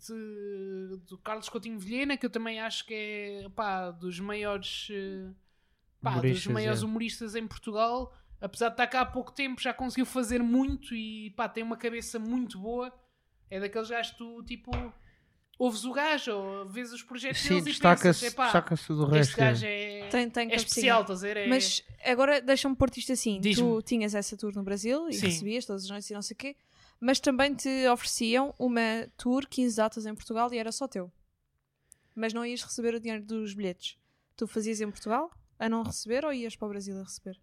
de- do Carlos Coutinho Vilhena, que eu também acho que é, pá, dos maiores, eh, pá, dos Humoristas, maiores é. humoristas em Portugal. Apesar de estar cá há pouco tempo, já conseguiu fazer muito e, pá, tem uma cabeça muito boa. É daqueles gajos que tu, tipo, ouves o gajo ou vês os projetos Sim, deles e destaca-se pensas, epá, destaca-se do este resto. gajo é. é, Tem, tem é cabecinha. especial, estás a ver? É- Mas agora deixa-me pôr-te isto assim: Diz-me. tu tinhas essa tour no Brasil e Sim. recebias todas as noites e não sei o quê, mas também te ofereciam uma tour quinze datas em Portugal e era só teu. Mas não ias receber o dinheiro dos bilhetes. Tu fazias em Portugal a não receber ou ias para o Brasil a receber?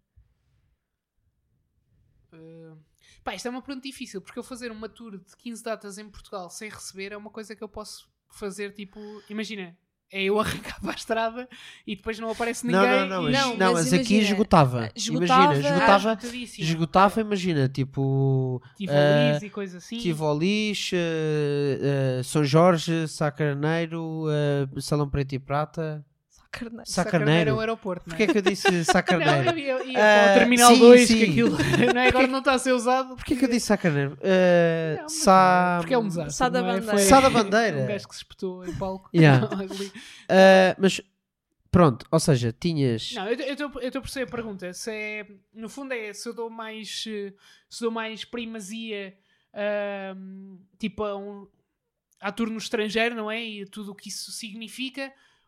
Uh, pá, isto é uma pergunta difícil, porque eu fazer uma tour de quinze datas em Portugal sem receber é uma coisa que eu posso fazer, tipo, imagina, é eu arrancar para a estrada e depois não aparece ninguém. Não, não, não, mas, e... Não, não, mas mas aqui imagina, esgotava. esgotava- Imagina, Ah, esgotava, esgotadíssimo. esgotava, imagina, tipo. Tivoli's ah, e coisa assim. Tivolis, ah, ah, São Jorge, Sá Carneiro, ah, Salão Preto e Prata. Só carneiro. Sá Sacarneiro é Carneiro. o aeroporto, não é? Porquê é que eu disse Sá Não, Carneiro? eu ia, ia Ah, para o Terminal sim, dois, sim. que aquilo não é, agora não está a ser usado. Porquê que eu disse Sá Carneiro? Ah, Não, mas Sá... é, porque é um desastre. Sá da não é? Bandeira. Foi Sá da Bandeira. Um gajo que se espetou em palco. Yeah. Ali. Ah, mas pronto, ou seja, tinhas. Não, eu estou a perceber a pergunta. Se é, no fundo é se eu dou mais, eh, se dou mais primazia ahm, tipo a um, à tour no estrangeiro, não é? E tudo o que isso significa,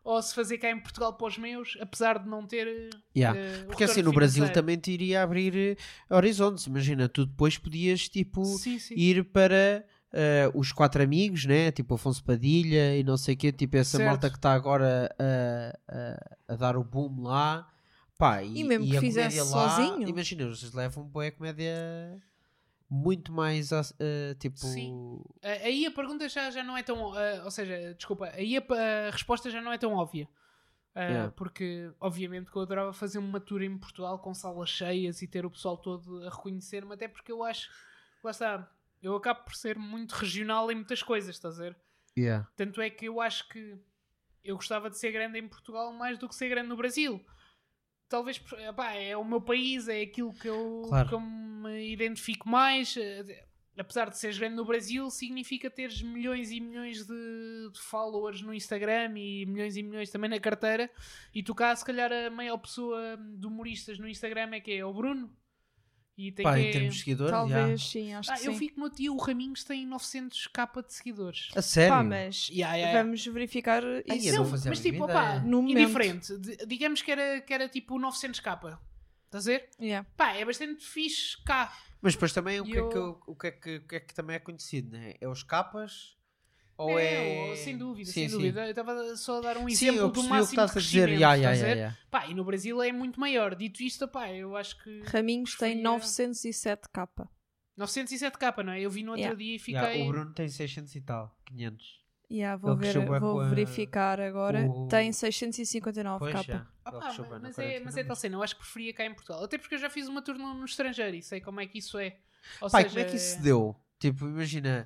ou se fazer cá em Portugal para os meus, apesar de não ter... Yeah. eh, o Porque assim, retorno no Brasil financeiro. também te iria abrir eh, horizontes. Imagina, tu depois podias, tipo, Sim, sim. ir para eh, os quatro amigos, né? Tipo Afonso Padilha e não sei o quê. Tipo essa Certo. malta que está agora a, a, a dar o boom lá. Pá, e, E mesmo que a fizesse comédia lá, sozinho. imagina, eles levam boa comédia muito mais, a- eh, tipo... Sim. Ah, aí a pergunta já, já não é tão... ah, ou seja, desculpa, aí a, a resposta já não é tão óbvia. Ah, Yeah. Porque, obviamente, que eu adorava fazer uma tour em Portugal com salas cheias e ter o pessoal todo a reconhecer-me, até porque eu acho... Lá está, eu acabo por ser muito regional em muitas coisas, estás a ver? Yeah. Tanto é que eu acho que eu gostava de ser grande em Portugal mais do que ser grande no Brasil. Talvez, epá, é o meu país, é aquilo que eu, Claro. que eu me identifico mais. Eh, Apesar de seres grande no Brasil, significa teres milhões e milhões de, de followers no Instagram e milhões e milhões também na carteira. E tu cá, se calhar, a maior pessoa de humoristas no Instagram é que é o Bruno. E tem Pá, que... em termos de seguidores, Talvez, sim, acho Ah, que eu sim. vi que no outro dia o Raminhos tem novecentos k de seguidores. a sério? Pá, mas Yeah, yeah, yeah. vamos verificar Ai, isso. eu não Não, fazia a mas mínima tipo, opá, ideia. No momento. indiferente. D- digamos que era, que era tipo novecentos k. Estás a ver? Yeah. Pá, é bastante fixe cá. Mas depois também o E que, é eu- que, o, o, que é que, o que é que também é conhecido, né? É os capas? Ou Não, é... sem dúvida, Sim, sem sim. dúvida. Eu estava só a dar um Sim, exemplo eu do percebi o que máximo estás de a dizer. crescimento. Ya, ya, estás a ya, ver? ya. Pá, e no Brasil é muito maior. Dito isto, pá, eu acho que Raminhos tem preferia- novecentos e sete k. novecentos e sete k, não é? Eu vi no outro Yeah. dia e Ya, fiquei... o Bruno tem seiscentos e tal, quinhentos. Yeah, vou Ele ver, cresceu bué vou com a- verificar agora. o- Tem seiscentos e cinquenta e nove Pois, k. já. Ah, Ele pá, cresceu mas, bué na mas é, quarentena, mas é tal mas- cena, eu acho que preferia cá em Portugal. Até porque eu já fiz uma tour no, no estrangeiro e sei como é que isso é. Ou Pai, seja, como é que isso se deu? Tipo, imagina,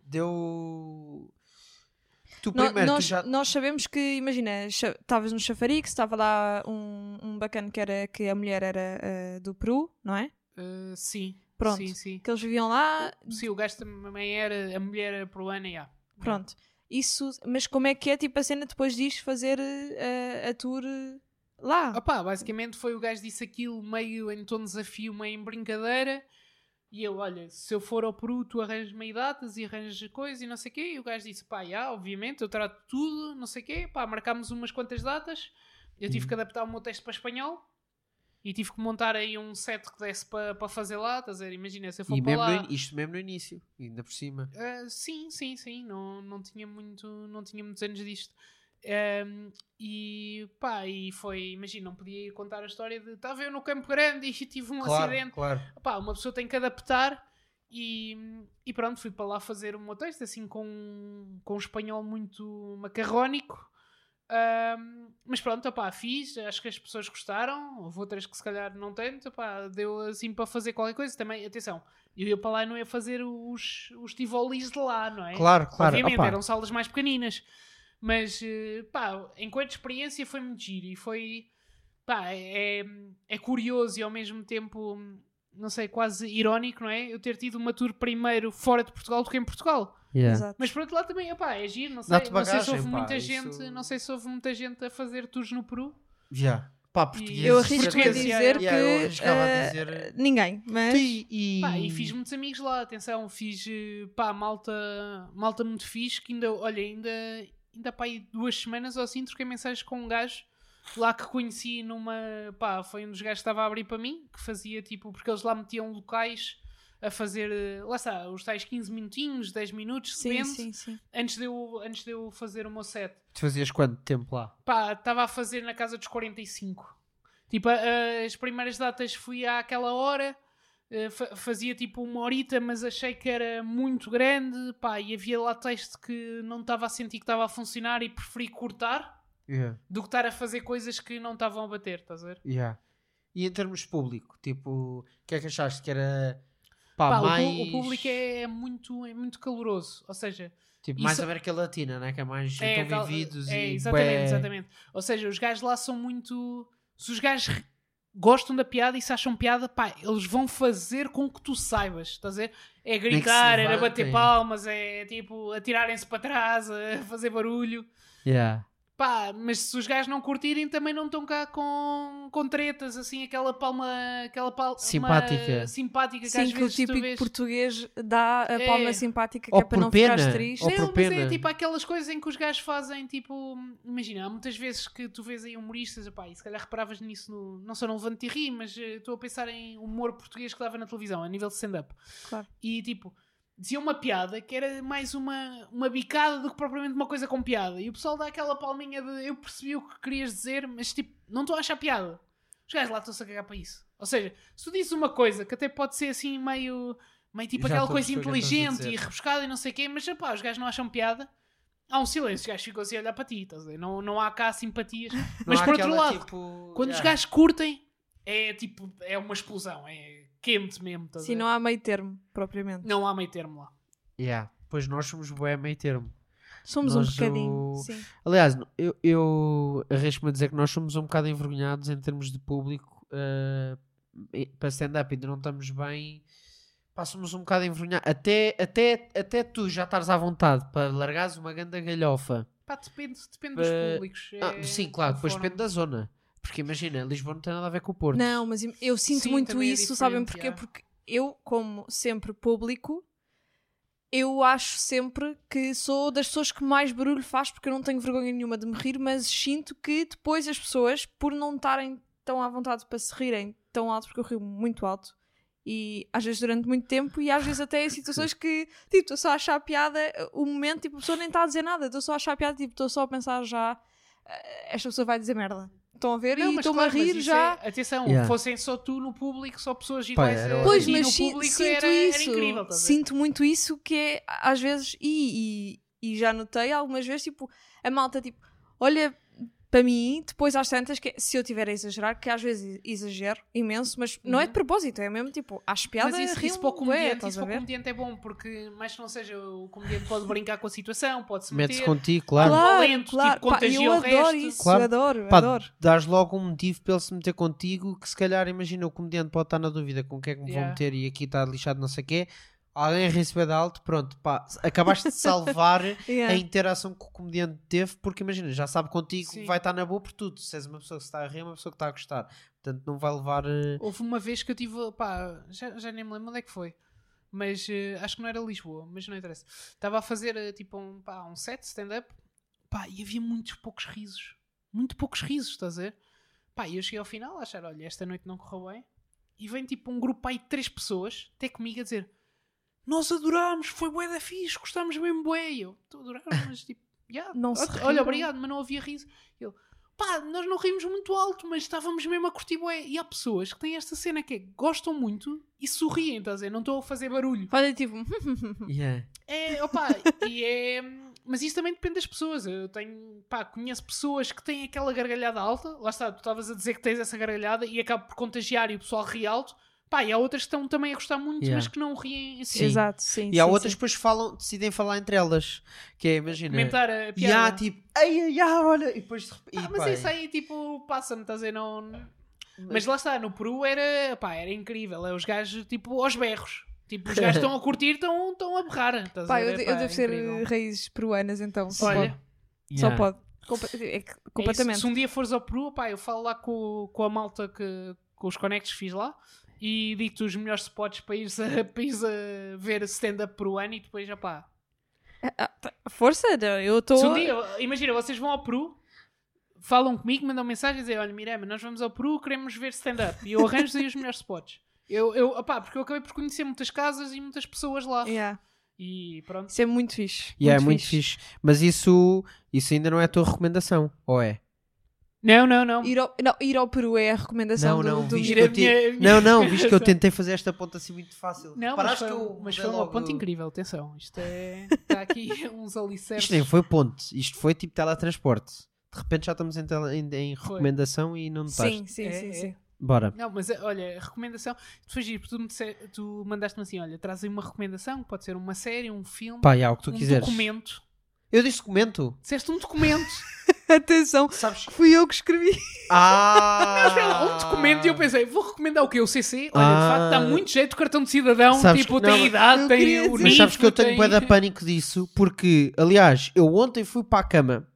deu... Tu No- primeiro, nós, tu já... nós sabemos que, imagina, cha- estavas no Chafarix, estava lá um, um bacana que, era, que a mulher era eh, do Peru, não é? Uh, sim. Pronto. Sim, sim. Que eles viviam lá, Sim, o gajo também era... A mulher era peruana, já. pronto. Isso, mas como é que é tipo a cena depois disto fazer eh, a tour eh, lá? Opá, basicamente foi o gajo disse aquilo meio em tom de desafio, meio em brincadeira. E eu, olha, se eu for ao Peru, tu arranjas-me aí datas e arranjas coisas e não sei o quê. E o gajo disse, pá, já, obviamente, eu trato de tudo, não sei o quê. Pá, marcámos umas quantas datas. Eu tive que adaptar o meu texto para espanhol. E tive que montar aí um set que desse para para fazer lá. Estás a ver? Imagina, se eu for E para mesmo lá... no, isto mesmo no início, ainda por cima. Uh, sim, sim, sim. Não, não, tinha muito, não tinha muitos anos disto. Um, e pá, e foi, imagina, não podia ir contar a história de estava eu no Campo Grande e tive um Claro, acidente. claro. Pá, uma pessoa tem que adaptar e, e pronto, fui para lá fazer o meu texto assim com, com um espanhol muito macarrónico. Um, mas pronto, opá, fiz, acho que as pessoas gostaram. Houve outras que se calhar não tanto, opá, deu assim para fazer qualquer coisa. Também, atenção, eu ia para lá e não ia fazer os, os tivolis de lá, não é? Claro, claro. Obviamente, Opa, eram salas mais pequeninas. Mas, eh, pá, enquanto experiência foi muito giro e foi, pá, é, é curioso e ao mesmo tempo, não sei, quase irónico, não é? Eu ter tido uma tour primeiro fora de Portugal do que em Portugal. yeah. Exato. Mas por outro lado também, epá, é giro, não sei, Dá-te não sei se bagagem, houve pá, muita isso- gente, não sei se houve muita gente a fazer tours no Peru. Já. Pá, portugueses... Eu arrisco a portugueses, dizer yeah, yeah, eu que arriscava a eh, dizer- ninguém, mas E, e... Pá, e fiz muitos amigos lá, atenção, fiz, eh, pá, malta, malta muito fixe, que ainda, olha, ainda, ainda pá, aí duas semanas ou assim, troquei mensagens com um gajo lá que conheci numa, pá, foi um dos gajos que estava a abrir para mim, que fazia tipo, porque eles lá metiam locais a fazer, eh, lá está, os tais quinze minutinhos, dez minutos, sim, depende, sim, sim. Antes, de eu, antes de eu fazer o meu set. Tu fazias quanto tempo lá? Pá, estava a fazer na casa dos quarenta e cinco. Tipo, a- a- as primeiras datas fui àquela hora, eh, fa- fazia tipo uma horita, mas achei que era muito grande, pá, e havia lá texto que não estava a sentir que estava a funcionar e preferi cortar Yeah. do que estar a fazer coisas que não estavam a bater, estás a ver? Yeah. E em termos de público, tipo, o que é que achaste que era pá, Pá, o pu- mais... o, público é muito, é muito caloroso, ou seja, tipo, isso- mais América Latina, né? Que é mais é, tão tal- vividos é, e exatamente, bué- exatamente. Ou seja, os gajos lá são muito... Se os gajos re- gostam da piada e se acham piada, pá, eles vão fazer com que tu saibas, estás a ver? É gritar, é bater levantem. palmas, é tipo atirarem-se para trás, a fazer barulho. Yeah. Pá, mas se os gajos não curtirem, também não estão cá com, com tretas, assim, aquela palma, aquela palma Simpática. simpática que Sim, às que o vezes tu típico vês. português dá a É. palma simpática que Ou é para por não pena, ficares triste. ou Não, por mas pena. é tipo aquelas coisas em que os gajos fazem, tipo, imagina, há muitas vezes que tu vês aí humoristas, opá, e se calhar reparavas nisso, no, não só no Levante e Ri, mas eh, estou a pensar em humor português que dava na televisão, a nível de stand-up. Claro. E tipo, dizia uma piada que era mais uma, uma bicada do que propriamente uma coisa com piada. E o pessoal dá aquela palminha de eu percebi o que querias dizer, mas tipo, não estou a achar piada. Os gajos lá estão-se a cagar para isso. Ou seja, se tu dizes uma coisa que até pode ser assim meio, meio tipo Já aquela estou a coisa perceber o que estás a inteligente dizer. e rebuscada e não sei o quê, mas pá, os gajos não acham piada. Há um silêncio, os gajos ficam assim a olhar para ti, estás a ver? Não, não há cá simpatias. mas Não há por outro aquela, lado, tipo, quando os yeah. gajos curtem, é tipo, é uma explosão, é quente mesmo, estás a Sim, ver? não há meio termo, propriamente. Não há meio termo lá. Yeah. Pois nós somos bué meio termo. Somos Nós um bocadinho, o- sim. Aliás, eu, eu arrisco-me a dizer que nós somos um bocado envergonhados em termos de público uh, e- para stand-up, ainda não estamos bem. Pá, somos um bocado envergonhados. Até, até, até tu já estares à vontade para largares uma ganda galhofa. Pá, depende, depende dos Eh, públicos. Ah, é sim, claro, depois conforme- depende da zona. Porque imagina, Lisboa não tem nada a ver com o Porto. Não, mas eu sinto Sim, muito também é isso, sabem diferente, porquê? já. Porque eu, como sempre público, eu acho sempre que sou das pessoas que mais barulho faz porque eu não tenho vergonha nenhuma de me rir, mas sinto que depois as pessoas, por não estarem tão à vontade para se rirem tão alto, porque eu rio muito alto, e às vezes durante muito tempo, e às vezes até em situações que, tipo, estou só a achar piada, o momento, tipo, a pessoa nem está a dizer nada, estou só a achar piada, tipo, estou só a pensar já, "Ah, esta pessoa vai dizer merda." Estão a ver? Não, e mas estou-me claro, a mas rir isso já. é- atenção, Yeah. fossem só tu no público, só pessoas Pá, iguais era a Pois, ti mas no sin- público, sinto era, isso. era incrível. estás a ver? Sinto muito isso que é, às vezes, e, e, e já notei algumas vezes, tipo, a malta, tipo, olha para mim, depois às tantas, que se eu estiver a exagerar, que às vezes exagero imenso, mas não é de propósito, é mesmo, tipo, acho piada, Mas isso, rio, isso para o bué, comediante, estás isso a para o ver? comediante é bom, porque mais que não seja, o comediante pode brincar com a situação, pode-se Metes meter. contigo, claro. Claro. Claro, valente, claro. tipo, Pá, contagia eu o adoro resto. isso, Claro. adoro, Pá, adoro. dás logo um motivo para ele se meter contigo, que se calhar, imagina, o comediante pode estar na dúvida com o que é que me vão Yeah. meter e aqui está lixado não sei o quê. Alguém receber de alto, pronto, pá, acabaste de salvar Yeah. a interação que o comediante teve, porque imagina, já sabe contigo, Sim. vai estar na boa por tudo. Se és uma pessoa que está a rir, é uma pessoa que está a gostar. Portanto, não vai levar. eh, Houve uma vez que eu tive, pá, já, já nem me lembro onde é que foi, mas eh, acho que não era Lisboa, mas não interessa. Estava a fazer eh, tipo um, pá, um set stand-up, pá, e havia muitos poucos risos, muito poucos risos, estás a ver? Pá, e eu cheguei ao final a achar, olha, esta noite não correu bem, e vem tipo um grupo aí de três pessoas, até comigo a dizer, nós adorámos, foi bué da fixe, gostámos mesmo bué, e eu, tu adoraram, mas tipo, yeah, Não se olha, riram. olha, obrigado, mas não havia riso. Ele, pá, nós não rimos muito alto, mas estávamos mesmo a curtir bué. E há pessoas que têm esta cena que é, gostam muito e sorriem, estás a dizer? Não estou a fazer barulho. Olha, tipo, yeah. É, opá, e é... Mas isso também depende das pessoas. Eu tenho, pá, conheço pessoas que têm aquela gargalhada alta. Lá está, tu estavas a dizer que tens essa gargalhada e acaba por contagiar e o pessoal ri alto. Pá, e há outras que estão também a gostar muito, Yeah. mas que não riem assim. Sim. exato, sim. E há sim, outras sim. que depois falam, decidem falar entre elas. Que é, imagina. Comentar a E piada. há tipo, ai, ai, ai, olha. E depois de repente. Ah, mas isso aí, tipo, passa-me, estás a dizer, não... Mas lá está, no Peru era, pá, era incrível. É os gajos, tipo, aos berros. Tipo, os gajos estão a curtir, estão, estão a berrar. Estás Pá, a eu, ver? eu Pá, devo é ser incrível. raízes peruanas, então. Só Olha, pode. Yeah. Só pode. Compa- é que- é isso. completamente. Se um dia fores ao Peru, pá, eu falo lá com, com a malta, que, com os conectos que fiz lá, e digo-te os melhores spots para ires a, para ires a ver stand-up peruano e depois, já pá. Ah, tá. Força, eu estou. Se um dia, imagina, vocês vão ao Peru, falam comigo, mandam mensagem e dizem, olha, Mirama, nós vamos ao Peru, queremos ver stand-up. E eu arranjo aí os melhores spots. Eu, eu, opá, porque eu acabei por conhecer muitas casas e muitas pessoas lá. Yeah. E pronto. Isso é muito fixe. E é muito fixe. Mas isso, isso ainda não é a tua recomendação, ou é? Não, não, não. Ir ao, não, ir ao Peru é a recomendação Não, do, não, do visto Ir que a eu te- minha- Não, não, visto que eu tentei fazer esta ponta assim muito fácil. Não, mas Paraste foi, que eu mas mudei foi uma logo ponta do- incrível, atenção. Isto é. Está aqui uns alicerces. Isto nem foi ponte, isto foi tipo teletransporte. De repente já estamos em, tele- em- em Foi. recomendação e não notaste. Sim, sim, É, sim, é. sim. Bora. Não, mas eh, olha, recomendação. Tu foi giro, porque tu, me disse- tu mandaste-me assim: olha, traz aí uma recomendação, pode ser uma série, um filme, Pá, já, o que tu um quiseres. documento. Eu disse documento. Disseste um documento. Atenção, Sabes? fui eu que escrevi. Ah! Não, espera lá, um documento. E eu pensei, vou recomendar o quê? O C C? Olha, Ah. de facto, dá muito jeito o cartão de cidadão. Sabes Tipo, que- tem não, idade, eu tem queria o dizer- Mas sabes que eu nível, tenho bué tem- de pânico disso, porque, aliás, eu ontem fui para a cama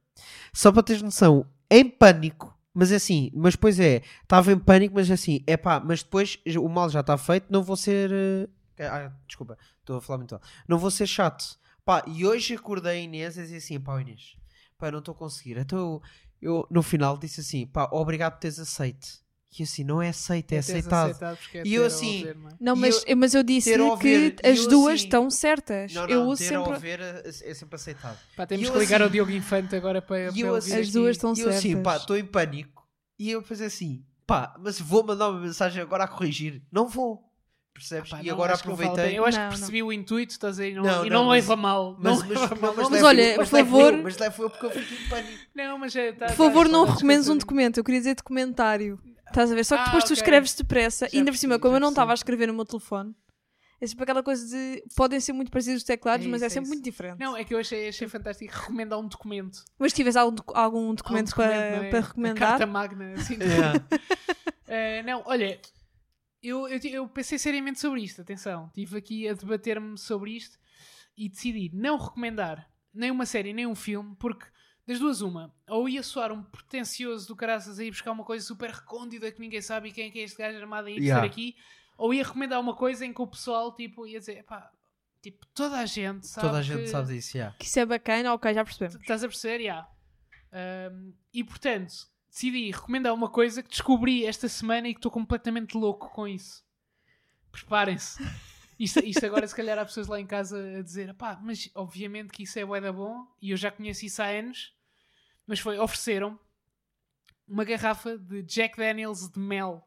Só para teres noção, em pânico, mas é assim, mas depois é, estava em pânico, mas assim, é pá, mas depois o mal já está feito, não vou ser. Uh... Ah, desculpa, estou a falar muito mal. Não vou ser chato. Pá, e hoje acordei a Inês e disse assim, pá, Inês, pá, não estou a conseguir. Então eu, eu, no final, disse assim, pá, obrigado por teres aceito. E assim, não é aceito, é aceitado. É e eu assim... ver, não, é? Não, mas eu, mas eu disse ver, que as duas assim, estão certas. Não, não, eu uso ter sempre... a ouvir é sempre aceitado. Pá, temos eu que ligar assim, ao Diogo Infante agora para, para eu ouvir assim, As aqui. duas estão E eu assim, certas. pá, estou em pânico. E eu fazer assim, pá, mas vou mandar uma mensagem agora a corrigir. Não vou. Percebes? Ah, pá, e não, agora acho que não vale a aproveitei. pena. Eu acho Não, que não. percebi o intuito, estás a dizer, e não, Não, e não, não mas- leva mal. Mas, não mas, leva não, mal. mas, Mas levo olha, eu, mas por levo favor- eu, mas levo eu porque eu fico em pânico. Não, mas é, tá, Por favor, tá, não tá, recomendes um desculpa. documento. Eu queria dizer documentário. Estás a ver? Só que Ah, depois tu ok. escreves depressa. Já E ainda por cima, percebi, como já eu não percebi. estava a escrever no meu telefone, é sempre aquela coisa de... Podem ser muito parecidos os teclados, É mas isso, é é sempre isso. muito diferente. Não, é que eu achei, achei fantástico recomendar um documento. Mas tivesse algum, docu- algum documento, Há um documento, para, não é? para A recomendar? carta magna, assim. Eh, não, olha, eu, eu, eu pensei seriamente sobre isto, atenção. Estive aqui a debater-me sobre isto e decidi não recomendar nem uma série, nem um filme, porque das duas uma, ou ia soar um pretencioso do caraças a ir buscar uma coisa super recôndita que ninguém sabe quem é que é este gajo armado a ir Yeah. estar aqui, ou ia recomendar uma coisa em que o pessoal tipo, ia dizer, pá, tipo, toda a gente sabe Toda a gente que- sabe disso, já. Que isso é bacana, ok, já percebemos. Estás a perceber? Yeah. Um, e portanto, decidi recomendar uma coisa que descobri esta semana e que estou completamente louco com isso. Preparem-se. Isto, isto agora, se calhar, há pessoas lá em casa a dizer: pá, mas obviamente que isso é bué da bom e eu já conheço isso há anos. Mas foi, ofereceram uma garrafa de Jack Daniels de mel.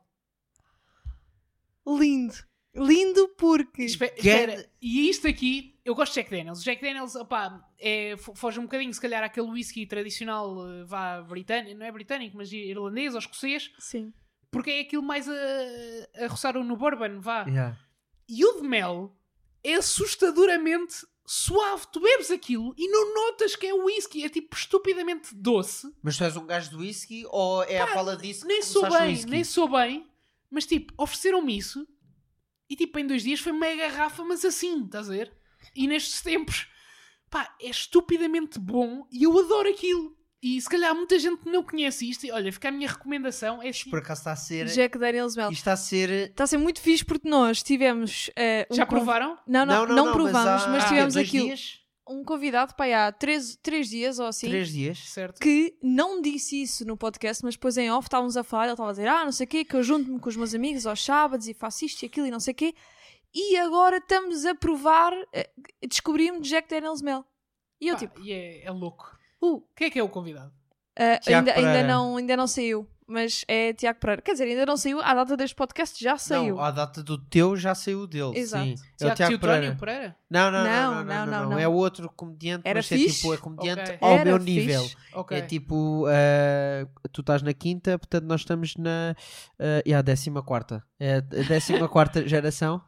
Lindo. Lindo porque... Espe- Espera, e isto aqui, eu gosto de Jack Daniels. Jack Daniels, opá, é, fo- foge um bocadinho, se calhar, àquele whisky tradicional, eh, vá, britânico, não é britânico, mas irlandês ou escocês, Sim. porque é aquilo mais a, a roçar no bourbon, vá. Yeah. E o de mel é assustadoramente suave. Tu bebes aquilo e não notas que é whisky, é tipo estupidamente doce. Mas tu és um gajo do whisky ou é a pala disso que Nem sou começaste no bem, whisky? nem sou bem, mas tipo, ofereceram-me isso e tipo, em dois dias foi meia garrafa, mas assim, estás a ver? E nestes tempos, pá, é estupidamente bom e eu adoro aquilo. E se calhar muita gente não conhece isto. E olha, fica a minha recomendação. É assim, Por acaso está a ser... Jack Daniels Mel. Isto está a ser... Está a ser muito fixe porque nós tivemos... eh, um já conv- provaram? Não, não, não, provámos, há- mas há tivemos dois aquilo. dias? Um convidado para aí há três, três dias ou assim, Três dias. Certo. que não disse isso no podcast, mas depois em off estávamos a falar, ele estava a dizer, ah, não sei o quê, que eu junto-me com os meus amigos aos sábados e faço isto e aquilo e não sei o quê. E agora estamos a provar, eh, descobrimos Jack Daniels Mel. E eu Pá, tipo, e é, é louco. uh, Quem é que é o convidado? Uh, Tiago ainda, ainda, Pereira. não, ainda não saiu, mas é Tiago Pereira. Quer dizer, ainda não saiu, à data deste podcast já saiu. Não, a data do teu já saiu dele. Exato. Sim. É o Tiago Tiago Teotónio Pereira. Pereira? Não, não, não, Não, não, não, não, não, não, não. É outro comediante, Era mas é fixe? tipo, é comediante Ok. ao Era meu fixe. nível. Ok. É tipo, eh, tu estás na quinta, portanto nós estamos na uh, yeah, décima quarta. É a décima quarta geração.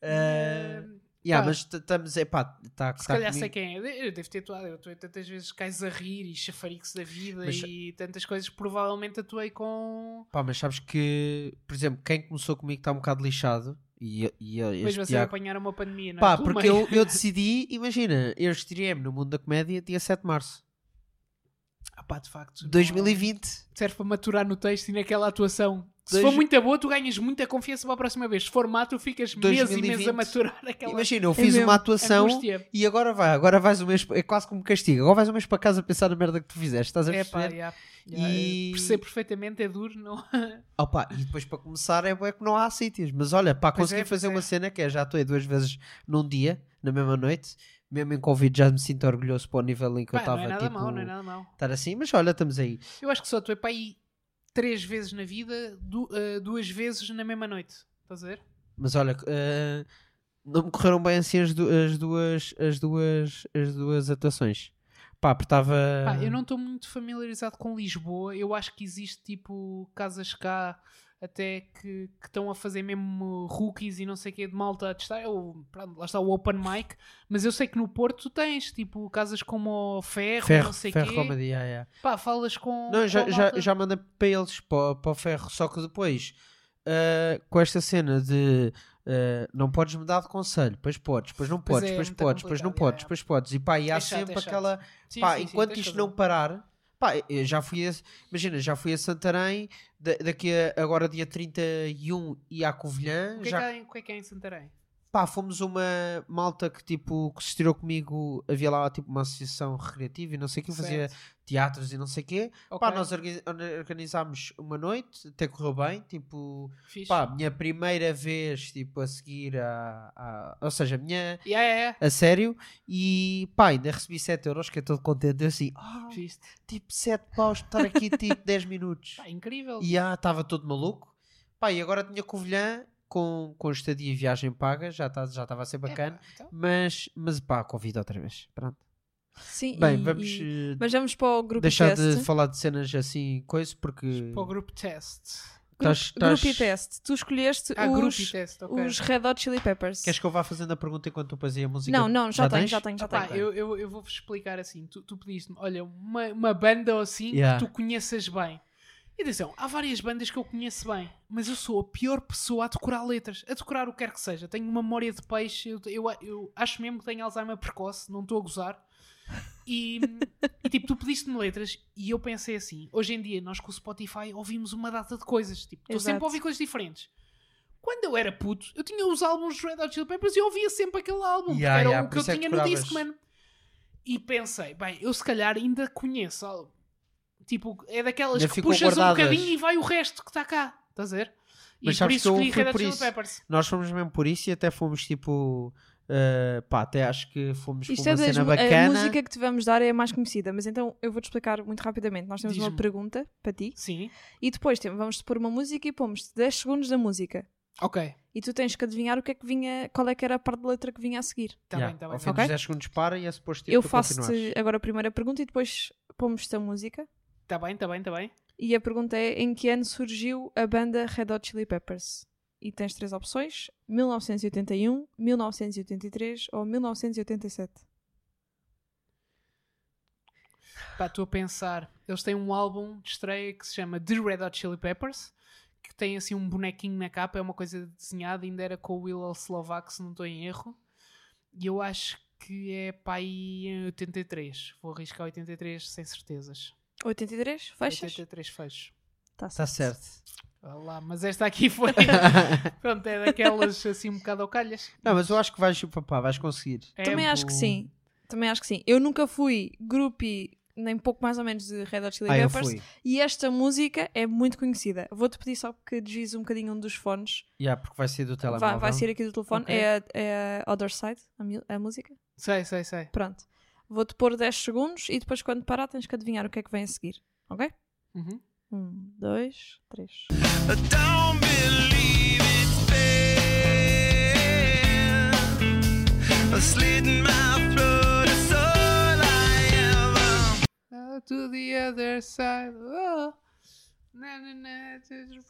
Eh, yeah, pá. mas t- estamos, é pá, tá, Se tá calhar comigo. sei quem é. Eu devo ter atuado. Eu atuei tantas vezes cais a rir e chafariques da vida Mas- e tantas coisas. Provavelmente atuei com... Pá, mas sabes que, por exemplo, quem começou comigo está um bocado lixado. E, e Depois este vocês Tiago... apanharam uma pandemia, não é? Pá, Pelo porque meio. eu, eu decidi, imagina, eu estreiei-me no mundo da comédia dia sete de março Ah, pá, de facto. de não- dois mil e vinte. Serve para maturar no texto e naquela atuação. Se Dois- for muito boa, tu ganhas muita confiança para a próxima vez. Se for má, tu ficas meses e meses a dois mil e vinte. maturar aquela Imagina, eu É fiz mesmo. uma atuação angústia. e agora vai, agora vais um mês, é quase como castigo, agora vais um mês para casa a pensar na merda que tu fizeste, estás a É pá, perceber? yeah, yeah, E- percebo perfeitamente, é duro. Não... Opa, e depois para começar é, é que não há sítios, mas olha, pá, Pois consegui é, pois fazer é. uma cena que é, já atuei duas vezes num dia, na mesma noite, mesmo em Covid já me sinto orgulhoso para o nível em que eu Pá, não estava, é nada tipo, mau, não é nada mau. estar assim, mas olha, estamos aí. Eu acho que só atuei para aí três vezes na vida, du- uh, duas vezes na mesma noite. Estás a ver? Mas olha, eh, não me correram bem assim as, du- as duas as duas as duas atuações. Pá, porque estava... Pá, eu não estou muito familiarizado com Lisboa. Eu acho que existe tipo casas cá até que que estão a fazer mesmo rookies e não sei o que de malta a testar. Eu, pronto, lá está o open mic. Mas eu sei que no Porto tu tens tipo casas como o Ferro, Ferro, não sei o ferro quê. comedy, yeah, yeah. Pá, falas com. Não, já, com a já, malta. já mandei para eles, para, para o Ferro, só que depois, ah, com esta cena de ah, não podes mudar de conselho, depois podes, depois não Pois podes, é, depois muito podes, depois não complicado, podes, yeah, depois podes, e pá, e há É chato, sempre é chato. aquela, Sim, pá, sim, sim, enquanto tens isto razão. não parar, Pá, eu já fui a, imagina, já fui a Santarém, da- daqui a, agora dia trinta e um e à Covilhã, O que, já, é que há em- o que é que é em Santarém? pá, fomos uma malta que tipo, que se estirou comigo, havia lá tipo uma associação recreativa e não sei o que, fazia Certo. teatros e não sei o quê, Ok, pá, nós orga- organizámos uma noite, até correu bem, tipo, fixe. pá, minha primeira vez, tipo, a seguir a, a- ou seja, a minha, Yeah, yeah, yeah. a sério, e pá, ainda recebi sete euros, que é todo contente, eu assim, ah, Fixe. tipo, sete paus, estar aqui tipo dez minutos. Pá, incrível. E ah, estava todo maluco. Pá, e agora tinha Covilhã com, com estadia e viagem paga, já estava já estava a ser bacana. Epá, então, Mas, mas pá, convido outra vez. Pronto. Sim, Bem, e- vamos e- eh, mas vamos para o grupo deixar teste. de falar de cenas assim, coisa, porque. para o grupo test. Grupo, Tás- tás- grupo e teste. Tu escolheste Ah, grupo e os, test, ok. os Red Hot Chili Peppers. Queres que eu vá fazendo a pergunta enquanto tu fazia a música? Não, não, já, tenho, tens? já tenho, já Opá, tenho. eu, eu, eu vou-vos explicar assim. Tu, tu pediste-me, olha, uma, uma banda ou assim Yeah. que tu conheças bem. E atenção, há várias bandas que eu conheço bem, mas eu sou a pior pessoa a decorar letras, a decorar o que quer que seja. Tenho uma memória de peixe, eu, eu, eu acho mesmo que tenho Alzheimer precoce, não estou a gozar. E, e tipo, tu pediste-me letras e eu pensei assim: hoje em dia, nós com o Spotify ouvimos uma data de coisas, tipo, estou sempre Exato. a ouvir coisas diferentes. Quando eu era puto, eu tinha os álbuns dos Red Hot Chili Peppers e eu ouvia sempre aquele álbum, Yeah, porque era yeah, o por que eu isso é que tinha no decoravas. Discman. E pensei, bem, eu se calhar ainda conheço algo. Tipo, é daquelas Ainda que ficou puxas um guardadas. bocadinho e vai o resto que está cá. Estás a ver? E Mas por sabes isso que eu escolhi fui Red Hot por Chili isso. Peppers. Nós fomos mesmo por isso e até fomos tipo. uh, pá, até acho que fomos por Isto uma é das, cena a bacana. música que te vamos dar é a mais conhecida, mas então eu vou-te explicar muito rapidamente. Nós temos uma Diz-me. pergunta para ti Sim. e depois tem- vamos-te pôr uma música e pomos-te dez segundos da música. Ok. E tu tens que adivinhar o que é que vinha, qual é que era a parte da letra que vinha a seguir. Está Yeah, bem, está bem. Ao tá fim bem. Ok. dos dez segundos para e é suposto tipo, eu tu faço-te continuares. agora a primeira pergunta e depois pomos-te a música. Está bem, está bem, está bem. E a pergunta é: em que ano surgiu a banda Red Hot Chili Peppers? E tens três opções: mil novecentos e oitenta e um, mil novecentos e oitenta e três ou mil novecentos e oitenta e sete. Pá, estou a pensar. Eles têm um álbum de estreia que se chama The Red Hot Chili Peppers, que tem assim um bonequinho na capa, é uma coisa desenhada, ainda era com o Will Slovak, se não estou em erro. E eu acho que é pá aí em oitenta e três. Vou arriscar oitenta e três sem certezas. oitenta e três? Fechas? oitenta e três fecho. Tá Está certo. Vá lá, mas esta aqui foi. Pronto, é daquelas assim um bocado ao calhas. Não, mas eu acho que vais, papá, vais conseguir. É, Também acho que sim. Também acho que sim. Eu nunca fui groupie, nem pouco mais ou menos, de Red Hot Chili Ah, eu Peppers. fui. E esta música é muito conhecida. Vou-te pedir só que desvies um bocadinho um dos fones. Yeah, porque vai ser do telemóvel. Vai, vai ser aqui do telefone. Ok. É, a, é a Other Side, a, mu- a música. Sei, sei, sei. Pronto. Vou-te pôr dez segundos e depois, quando parar, tens que adivinhar o que é que vem a seguir. Ok? Uhum. Um, dois, três. I don't believe it's fair. A slit in my throat is all I am. Uh, to the other side. Oh. Na, na, na, to-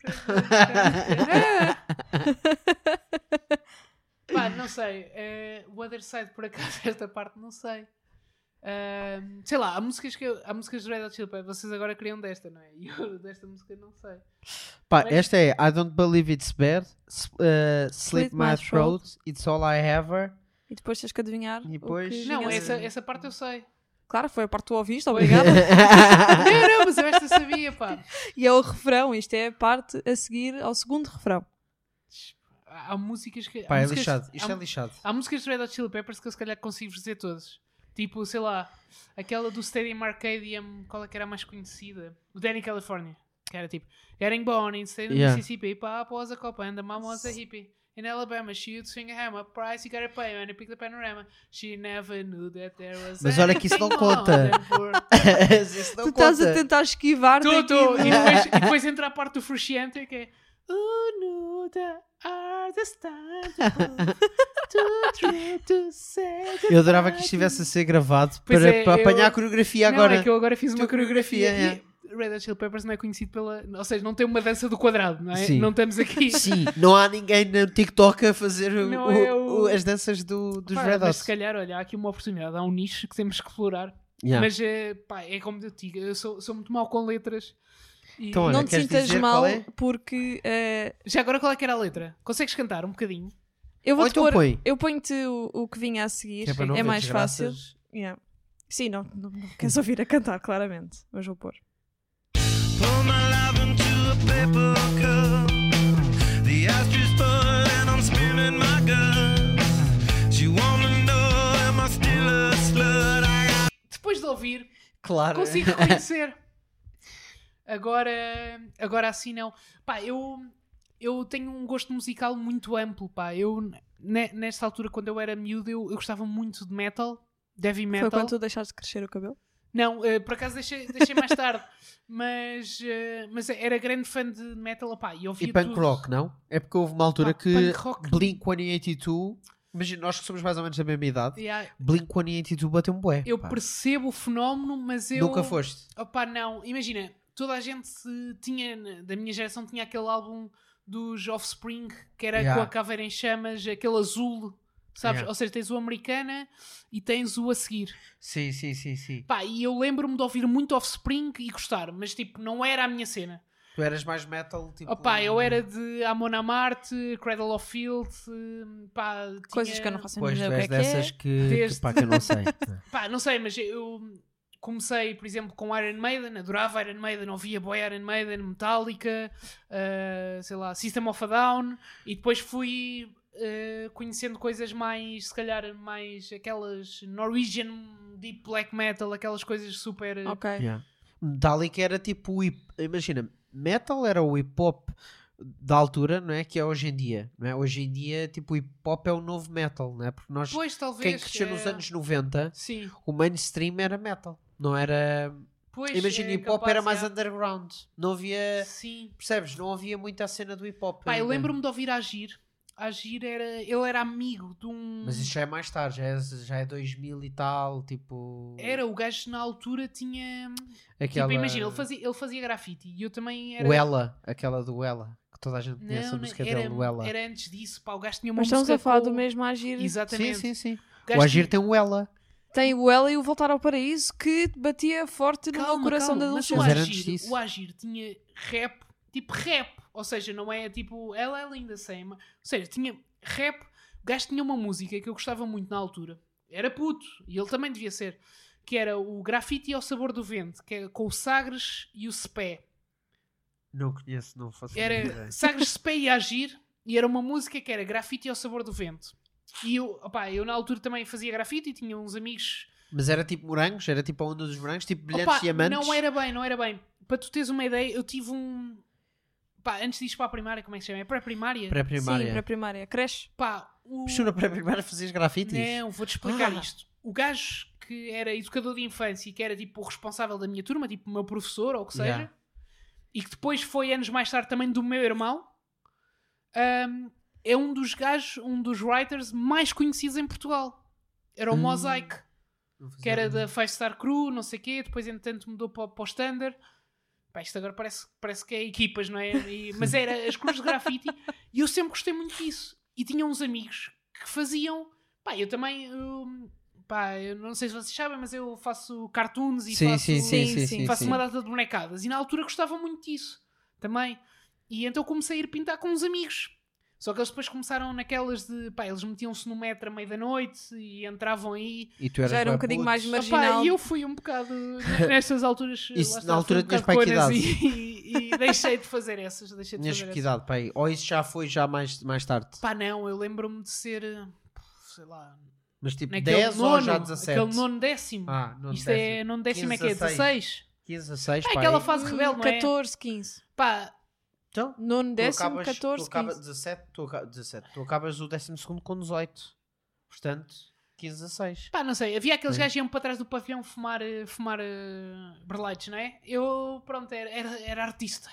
Pá, não sei. Eh, o other side, por acaso, esta parte não sei. Ahm, sei lá, há músicas, que eu, há músicas do Red Hot Chili Peppers, vocês agora queriam desta, não é? E eu desta música não sei. Pá, Mas- esta é I Don't Believe It's Bad, s- uh, Slit Slit My My Throat, It's All I Have. E depois tens que adivinhar. E o depois- que Não, vinha a essa, seguir. essa parte eu sei. Claro, foi a parte que tu ouviste, obrigada. Não, não, mas eu esta sabia, pá. E é o refrão, isto é a parte a seguir ao segundo refrão. Há, há músicas que. Pá, há é músicas- lixado. Isto há, é lixado. há músicas do Red Hot Chili Peppers que eu se calhar consigo dizer todas. Tipo, sei lá, aquela do Stadium Arcadium, qual é que era a mais conhecida? O Danny California. Que era tipo, Getting born in Stadium, Yeah. Mississippi, Pop was a cop and the mom was a hippie. In Alabama, she would swing a hammer, price you gotta pay when you pick the panorama. She never knew that there was Mas olha que isso não anything conta. more than for- Isso não Tu estás a conta. tentar esquivar Tô, daqui. tô. do- E depois, e depois entra a parte do Frusciante que é Who knew the hardest time to prove to try to say Eu adorava que goodbye isto estivesse a ser gravado Pois para, é, para eu- apanhar a coreografia Não, agora. é que eu agora fiz uma Tua coreografia, coreografia, e Red Hot Chili Peppers não é conhecido pela... Ou seja, não tem uma dança do quadrado, não é? Sim. Não estamos aqui... Sim, não há ninguém no TikTok a fazer o- Não o- é o- o- as danças do, dos Pá, Red mas se Hot. calhar, olha, há aqui uma oportunidade, há um nicho que temos que explorar. Yeah. Mas, eh, pá, é como eu te digo, eu sou, sou muito mau com letras. E- Então, olha, Não te queres sintas dizer mal qual é? porque eh, Já agora qual é que era a letra? Consegues cantar um bocadinho? eu Ou vou-te então pôr, põe. eu ponho-te o, o que vinha a seguir, Que é para não é ver mais fácil. desgraças. Yeah. Sim, não, não, não queres ouvir a cantar, claramente. Mas vou pôr. Pour my love into a paper cup. The ashtray's full and I'm spilling my guts. She wanna know, am I still a slut? I got Depois de ouvir, Claro. consigo reconhecer. Agora, agora assim não. Pá, eu, eu tenho um gosto musical muito amplo, pá. Eu, ne- nesta altura, quando eu era miúdo, eu, eu gostava muito de metal, de heavy metal. Foi quando tu deixaste de crescer o cabelo? Não, eh, por acaso deixei, deixei mais tarde. Mas, eh, mas era grande fã de metal, pá. E, ouvia E punk tudo. rock, não? É porque houve uma altura Pá, que punk rock- Blink cento e oitenta e dois, imagina, nós que somos mais ou menos da mesma idade, Yeah, Blink cento e oitenta e dois bateu um bué. eu pá. percebo o fenómeno, mas eu... Nunca foste. Opá, não. Imagina, toda a gente eh, tinha, da minha geração, tinha aquele álbum dos Offspring, que era Yeah. com a caveira em chamas, aquele azul, sabes? Yeah. Ou seja, tens o Americana e tens o a seguir. Sim, sim, sim, sim. Pá, e eu lembro-me de ouvir muito Offspring e gostar, mas tipo, não era a minha cena. Tu eras mais metal, tipo... Opá, eu era de Amon Amarte, Cradle of Field, eh, pá, tinha- Coisas que eu não faço a Pois, mínima tu ideia o és que é que dessas é. que, Desde- que pá, que eu não sei. Pá, não sei, mas eu comecei, por exemplo, com Iron Maiden, adorava Iron Maiden, ouvia boy Iron Maiden, Metallica, eh, sei lá, System of a Down, e depois fui eh, conhecendo coisas mais, se calhar, mais aquelas Norwegian Deep Black Metal, aquelas coisas super... eh, Ok. Yeah. Metallica era tipo o hip... Imagina, metal era o hip hop da altura, não é? Que é hoje em dia, não é? Hoje em dia, tipo, o hip hop é o novo metal, não é? Porque nós, Pois, talvez... quem cresceu nos é- anos noventa, Sim, o mainstream era metal. Não era... pois... Imagina, é hip hop capaz, era mais é. underground. Não havia... Sim. Percebes? Não havia muita cena do hip hop. Pá, eu ainda. lembro-me de ouvir Agir. Agir era... Ele era amigo de um... Mas isso já é mais tarde, já é, já é dois mil e tal, tipo... Era, o gajo na altura tinha... aquela... Tipo, imagina, ele fazia, ele fazia grafite e eu também era... O Ela, aquela do Ela, que toda a gente conhece Não, a não, música era, dele, o Ela. era antes disso, pá, o gajo tinha uma Mas estamos música a falar com- do mesmo Agir. Exatamente. Sim, sim, sim. O gajo O Agir tinha- tem o Ela. Tem o Ela e o Voltar ao Paraíso que batia forte no meu Calma, coração calma, da mas o Mas era adolescência. antes Agir, disso. o Agir tinha rap, tipo rap, ou seja, não é tipo, ela é linda, sei, mas- ou seja, tinha rap, o gajo tinha uma música que eu gostava muito na altura, era puto, e ele também devia ser, que era o Grafite ao Sabor do Vento, que é com o Sagres e o Spé. Não conheço, não faço a mínima Era ideia. Sagres, Spé e Agir, e era uma música que era Grafite ao Sabor do Vento. E eu, opá, eu na altura também fazia grafite e tinha uns amigos. Mas era tipo morangos? Era tipo a onda dos morangos? Tipo brilhantes Opa, diamantes? não era bem, não era bem. Para tu teres uma ideia, eu tive um... Pá, antes disso para a primária, como é que se chama? É pré-primária? Sim, Pré-primária. para a primária. Cresce. Pá, o... Mas tu na pré-primária fazias grafites? Não, vou-te explicar Ah. isto. O gajo que era educador de infância e que era tipo o responsável da minha turma, tipo o meu professor ou o que seja, Yeah. e que depois foi anos mais tarde também do meu irmão, hum, é um dos gajos, um dos writers mais conhecidos em Portugal. Era o Hum. Mosaic, Não fazia que era ideia. da Five Star Crew, não sei o quê, depois entretanto mudou para, para o Standard. Pá, isto agora parece, parece que é equipas, não é? E- mas era as cruzes de grafite e eu sempre gostei muito disso. E tinha uns amigos que faziam... Pá, eu também... eu- pá, eu não sei se vocês sabem, mas eu faço cartoons e Sim, faço, sim, sim, Sim, sim, sim. sim, faço sim. uma data de bonecadas. E na altura gostava muito disso também. E então comecei a ir pintar com uns amigos. Só que eles depois começaram naquelas de... Pá, eles metiam-se no metro à meia-da-noite e entravam aí. E tu eras Já era um bué bocadinho puto. mais Opa, marginal. e eu fui um bocado nestas alturas. Isso lá está, na altura fui um tinhas bocado para que conas idade? E, e- e deixei de fazer essas. Deixei de Tinhas fazer que essas. idade, pai? Ou isso já foi já mais, mais tarde? Pá, não, eu lembro-me de ser, eh, sei lá, Mas tipo naquele dez nono, ou já dezassete? aquele nono décimo. Ah, nono Isto é, décimo. nono décimo é que é quinze, dezasseis? quinze a seis, É pai. aquela fase Hum, rebelde, não é? catorze, quinze. Pá, Então, Nono, tu décimo, acabas, catorze, tu acabas quinze. dezassete, tu, aca- dezassete, tu acabas o décimo segundo com dezoito. Portanto, quinze a seis. pá, não sei. Havia aqueles Sim. gajos que iam para trás do pavilhão fumar, eh, fumar uh, berlites, não é? Eu, pronto, era, era, era artista.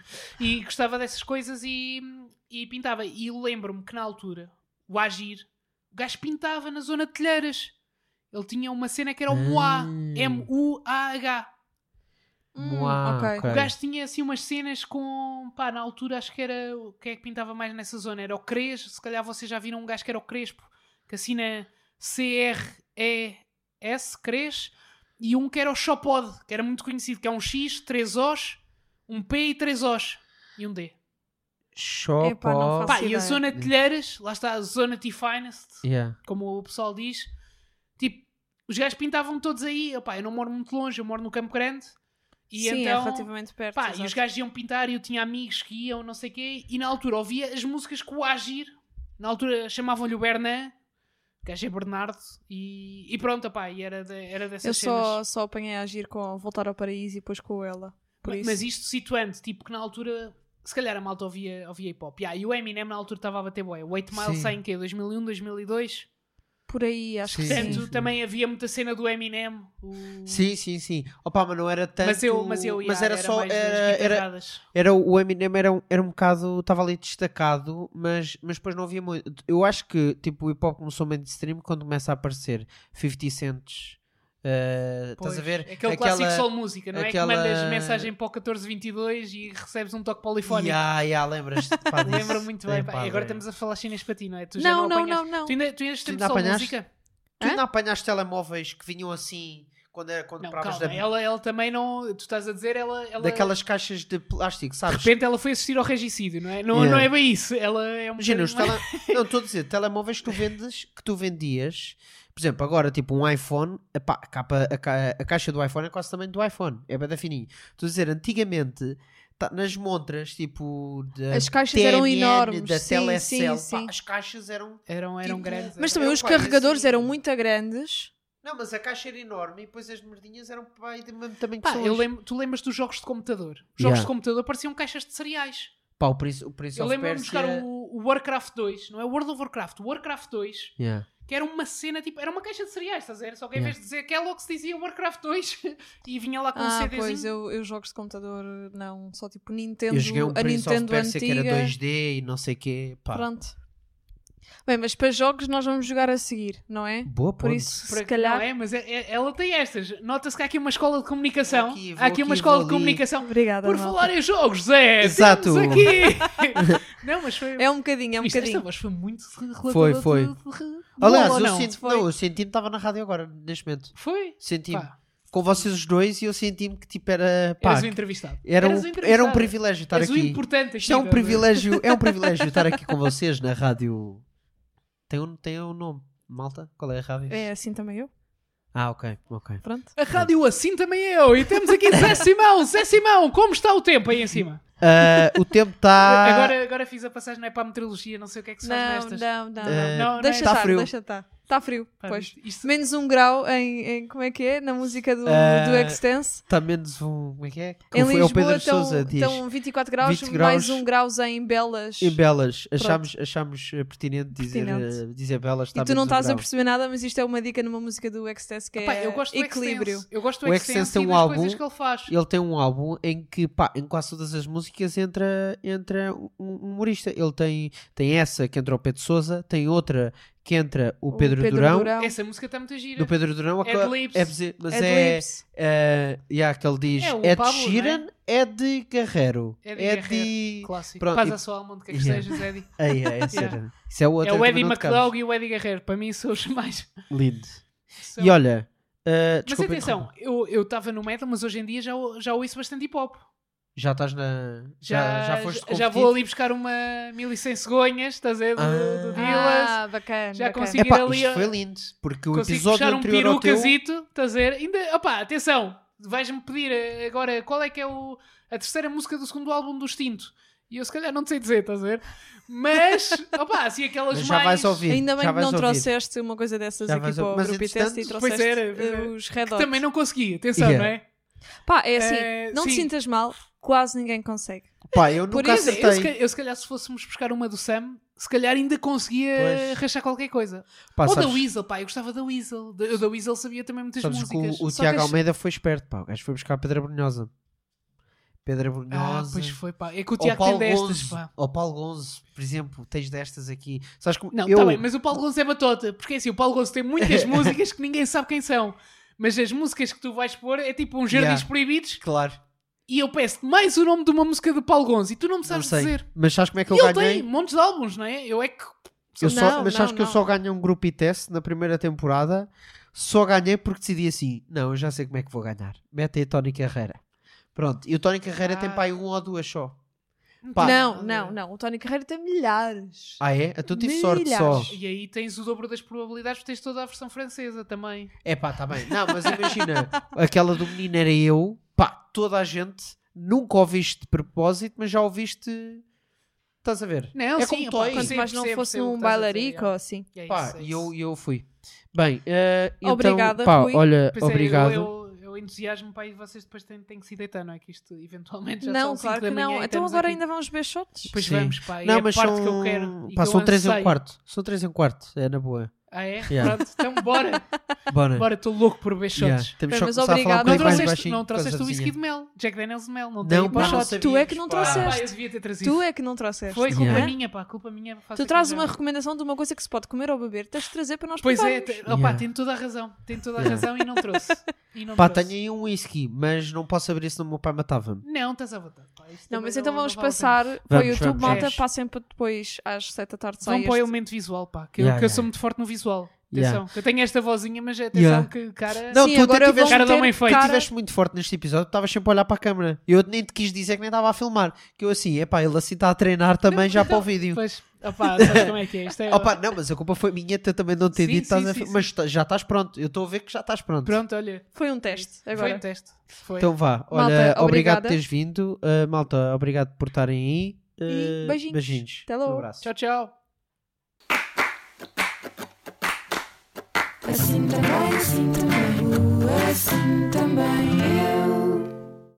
E gostava dessas coisas e, e pintava. E lembro-me que na altura, o Agir, o gajo pintava na zona de Telheiras. Ele tinha uma cena que era o Moá. Hum. M U A H. Hum, Uau, ok. ok. O gajo tinha assim umas cenas com... Pá, na altura acho que era... O que é que pintava mais nessa zona? Era o Crespo. Se calhar vocês já viram um gajo que era o Crespo. Que assina C R E S, Cres. E um que era o Chopod, que era muito conhecido. Que é um X, três Os, um P e três Os. E um D. Chopo. Epá, não faço Pá, e a ideia. zona de Telheiras, lá está a zona T-Finest, Yeah. como o pessoal diz. Tipo, os gajos pintavam todos aí. Opá, eu não moro muito longe, eu moro no Campo Grande. E Sim, então, é relativamente perto. pá, exato. e os gajos iam pintar e eu tinha amigos que iam, não sei o quê. E na altura ouvia as músicas com o Agir. Na altura chamavam-lhe o Bernan. O gajo é Bernardo. E, e pronto, opá, e era, de, era dessas Eu cenas. só, só apanhei a agir com Voltar ao Paraíso e depois com ela. Por Mas, isso. mas isto situando, tipo que na altura, se calhar a malta ouvia, ouvia hip hop. Yeah, e o Eminem na altura estava a bater bué. O oito Mile Sim. sai em quê? dois mil e um, dois mil e dois? Por aí, acho que Sim, sim. Portanto, sim. também havia muita cena do Eminem. O... Sim, sim, sim. Opa, mas não era tanto... Mas eu, mas eu mas yeah, era, só... mais das Era, era, guitarradas. era, o Eminem era um, era um bocado... Estava ali destacado, mas, mas depois não havia muito... Eu acho que, tipo, o hip-hop começou mainstream quando começa a aparecer fifty Cents... Uh, Pois, estás a ver? Aquele Aquela- clássico Sol Música, não é? aquela- Que mandas mensagem para o catorze vinte e dois e recebes um toque polifónico. Ya, ya, lembras-te? pá, disso? Lembro muito bem. É, pá. pá, E agora é. estamos a falar chinês para ti, não é? Tu já Não, não, não, apanhas... não, não. Tu ainda, tu ainda Tu tens ainda Sol apanhaste? Música? Tu Hã? ainda apanhaste telemóveis que vinham assim... Quando, era, quando Não, compravas calma. da- Ela, ela também não... Tu estás a dizer, ela... ela... daquelas caixas de plástico, De sabes? repente ela foi assistir ao regicídio, não é? Não, Yeah. não é bem isso. Ela é um Imagina, os bocadinho tele... não, estou a dizer, telemóveis que tu vendes, que tu vendias, por exemplo, agora tipo um iPhone, epá, a, capa, a, ca- a caixa do iPhone é quase tamanho do iPhone, é bem da fininho. Estou a dizer, antigamente, tá, nas montras, tipo, da As caixas T M eram N, enormes, da sim, Telecel, sim, pá, sim. as caixas eram... Eram, eram Tipo, grandes. Mas eram. também Eu, os pá, carregadores assim- eram muito grandes. Não, mas a caixa era enorme e depois as merdinhas eram pá, de mesmo tamanho que Pá, são eu hoje. lembro, tu lembras dos jogos de computador? Os jogos Yeah. de computador pareciam caixas de cereais. Pá, o Prince, o Prince Eu of lembro-me de Persia... jogar o, o Warcraft dois, não é World of Warcraft, o Warcraft dois, Yeah. que era uma cena, tipo, era uma caixa de cereais, estás a ver? Só que em Yeah. vez de dizer Kellogg se dizia Warcraft dois e vinha lá com um Ah, CDzinho. pois, eu, eu jogos de computador não, só tipo Nintendo, Eu joguei um a Prince of Nintendo Persia que antiga. era dois D e não sei o quê, pá. Pronto. Bem, mas para jogos nós vamos jogar a seguir, não é? Boa Por ponto. isso, Por se aqui- calhar... Não é, mas é- é- ela tem estas. Nota-se que há aqui uma escola de comunicação. Vou aqui, vou há aqui uma aqui, escola vou de ali. comunicação. Obrigada, Por malta. falar em jogos, Zé, Exato. temos aqui. Não, mas foi. É um bocadinho, é um Isto- Esta bocadinho. voz foi muito relativa Foi, de- foi. de- de- Aliás, boa, eu não? senti, Foi. não, eu senti-me que estava na rádio agora, neste momento. Foi? Senti-me Pá, com vocês os dois e eu senti-me que tipo era. Pá, eras o entrevistado. era, Eras um, o era um entrevistado. privilégio estar És o aqui. importante aqui. Isto é um estás a ver? privilégio, é um privilégio estar aqui com vocês na rádio. Tem um, tem um nome, malta? Qual é a rádio? É assim também eu. Ah, ok, ok. Pronto. A rádio assim também eu. E temos aqui Zé Simão. Zé Simão, como está o tempo aí em cima? Ah, o tempo está. Agora, agora fiz a passagem, não é para a meteorologia, não sei o que é que se faz Não, nestas. não, não, Eh, não. Não, não Deixa é- Tá estar, frio. deixa estar. Está frio, Pá, pois. isto- Menos um grau em, em- como é que é? Na música do, Eh, do Extense. Está menos um. Como é que é? Em Como foi? É o Lisboa Pedro estão, Sousa diz. estão vinte e quatro graus, vinte mais graus. um grau em Belas. Em Belas, achamos, achamos eh, pertinente dizer, Pertinente. eh, dizer Belas. Está E tu não menos um estás a grau. perceber nada, mas isto é uma dica numa música do Extense que Epá, é eu gosto do equilíbrio. Extense. Eu gosto do O Extense, Extense tem e um das álbum- coisas que ele faz. Ele tem um álbum em que, pá, em quase todas as músicas entra, entra um um humorista. Ele tem, tem essa que entra o Pedro Sousa, tem outra que entra o, Pedro, Durão. Essa música está muito gira. Do Pedro Durão, É de Lips. é dizer- mas É de é, Lips. é, yeah, que ele diz É o é, Pablo, de Sheeran, é? de Guerreiro, É de é Guerreiro. de Clássico. Pronto, Paz e- a sua alma, onde quer que Yeah. estejas, Eddie. Ei, é, essa Yeah. era. Isso é o outro É o que Eddie não tocamos. McDowell e o Eddie Guerreiro. Para mim são os mais... Lindo. são- E olha, uh, Mas desculpa atenção, interromper. eu estava no metal, mas hoje em dia já, já ouço bastante hip hop. já estás na já, Já, já, foste já, já vou ali buscar uma mil e cem cegonhas, estás a ver, do, Ah. do Dillas. Ah, bacana. Já bacana. consigo- Epá, ir ali isto a- foi lindo, porque o Consigo episódio puxar um anterior ao teu... perucazito, estás a ver? Ainda, opá, atenção, vais-me pedir eh, agora qual é que é o, a terceira música do segundo álbum do Extinto. E eu se calhar não te sei dizer, estás a ver? Mas, opá, assim aquelas Mas já mais... vais ouvir. Ainda bem já que vais não ouvir. trouxeste uma coisa dessas Já aqui vais para o ouvir. Mas, grupo e teste e entretanto, trouxeste Pois era, pois era. eh, os Red que Hot. também não consegui, atenção, Yeah. não é? Pá, é assim, Eh, não te sim. sintas mal, quase ninguém consegue. Pá, eu Por nunca isso, Eu se, acertei. calhar, eu se calhar se fôssemos buscar uma do Sam, se calhar ainda conseguia Pois. rachar qualquer coisa. Pá, Ou sabes, da Weasel, pá, eu gostava da Weasel. Da, eu da Weasel sabia também muitas sabes que músicas. o, o Só Tiago que as- Almeida foi esperto, pá. O gajo foi buscar a Pedra Brunhosa. Pedra Ah, Brunhosa. pois foi, pá. É que o Ou Tiago tem Paulo destas, Gonzo. pá. Ou Paulo Gonzo, por exemplo, tens destas aqui. Sabes como Não, eu... tá bem, mas o Paulo Gonzo é batota. Porque assim, o Paulo Gonzo tem muitas músicas que ninguém sabe quem são. Mas as músicas que tu vais pôr é tipo uns Jardins Yeah. Proibidos Claro, e eu peço mais o nome de uma música do Paulo Gonzo e tu não me não sabes sei. dizer. Mas sabes como é que E eu ele ganhei? tem montes de álbuns, não é? Eu é que... Eu só, Não, mas sabes não, que eu não. só ganhei um grupo e teste na primeira temporada. Só ganhei porque decidi assim: não, eu já sei como é que vou ganhar. Mete aí Tony Carreira. Pronto, e o Tony Carreira Ah. tem para aí um ou duas só. Pá. Não, não, não. O Tony Carreira tem milhares. Ah, é? Então tive sorte só. Milhares. E aí tens o dobro das probabilidades, porque tens toda a versão francesa também. É pá, tá bem. Não, mas imagina, aquela do menino era eu, pá, toda a gente, nunca ouviste de propósito, mas já ouviste. Estás a ver? Não, É sim, como opá, toys. Quanto percebo, mais não percebo, fosse percebo o num que estás a dizer, bailarico é. ou assim. É isso, Pá, é e eu, isso. e eu fui. Bem, eh, então, Obrigada, pá, Rui. olha, Pois é, obrigado. Eu, eu, eu entusiasmo para aí vocês depois têm, têm que se deitar, não é? Que isto eventualmente já Não, são claro cinco da que manhã não. e Então estamos agora aqui. ainda vamos ver shots. Pois Sim. vamos, pá. E Não, é a mas parte são, que eu quero. e pá, que eu são três e um anseio. quarto. São três e um quarto, é na boa. Ah, é? Yeah. Pronto, então bora. Bora. Bora, estou louco por ver shots. Yeah. Temos Bem, só mas que começar a falar obrigado. um Não bocadinho mais trouxeste, baixinho não por causa trouxeste da o whisky vizinha. de mel, Jack Daniels de mel, não, Não, tem para pá, o não shot. sabia. Tu é que não Pá. Ah, pá, trouxeste. eu devia ter trazido. Tu é que não trouxeste. Foi culpa Yeah. minha, pá, culpa minha. faço Tu aqui trazes já. uma recomendação de uma coisa que se pode comer ou beber. Tens de trazer para nós Pois é, provarmos. te, opá, Yeah. tem toda a razão. Tem toda a Yeah. razão e não trouxe. E não Pá, trouxe. tenho aí um whisky, mas não posso abrir senão o meu pai matava-me. Não, estás à vontade. Pá, isto Não, também mas então vamos não vale a passar pena. para o Vamos, YouTube, vamos, malta. vamos. Passem para depois às sete da tarde. Vão sai para o este. elemento visual, pá. Que, eu, Yeah, que eu yeah. sou muito forte no visual. Yeah. Atenção, que eu tenho esta vozinha, mas atenção Yeah. que cara. Não, Sim, tu agora até vão tiveste, Cara de ter homem feito. cara- tiveste muito forte neste episódio, estavas sempre a olhar para a câmara. Eu nem te quis dizer que nem estava a filmar. Que eu assim, epá, ele assim está a treinar também já para o vídeo. Pois, opá, sabes como é que é? Isto é. Opa, não, mas a culpa foi minha de eu também não ter Sim, dito, estás sim, a sim, fi- sim. mas tá- já estás pronto. Eu estou a ver que já estás pronto. Pronto, olha. Foi um teste. Foi Agora. um teste. Foi. Então vá, olha, Malta, obrigado obrigada. por teres vindo. Uh, malta, obrigado por estarem aí. E Uh, beijinhos. beijinhos. Até logo. Um abraço. Tchau, tchau. Assim também, assim também, assim também eu.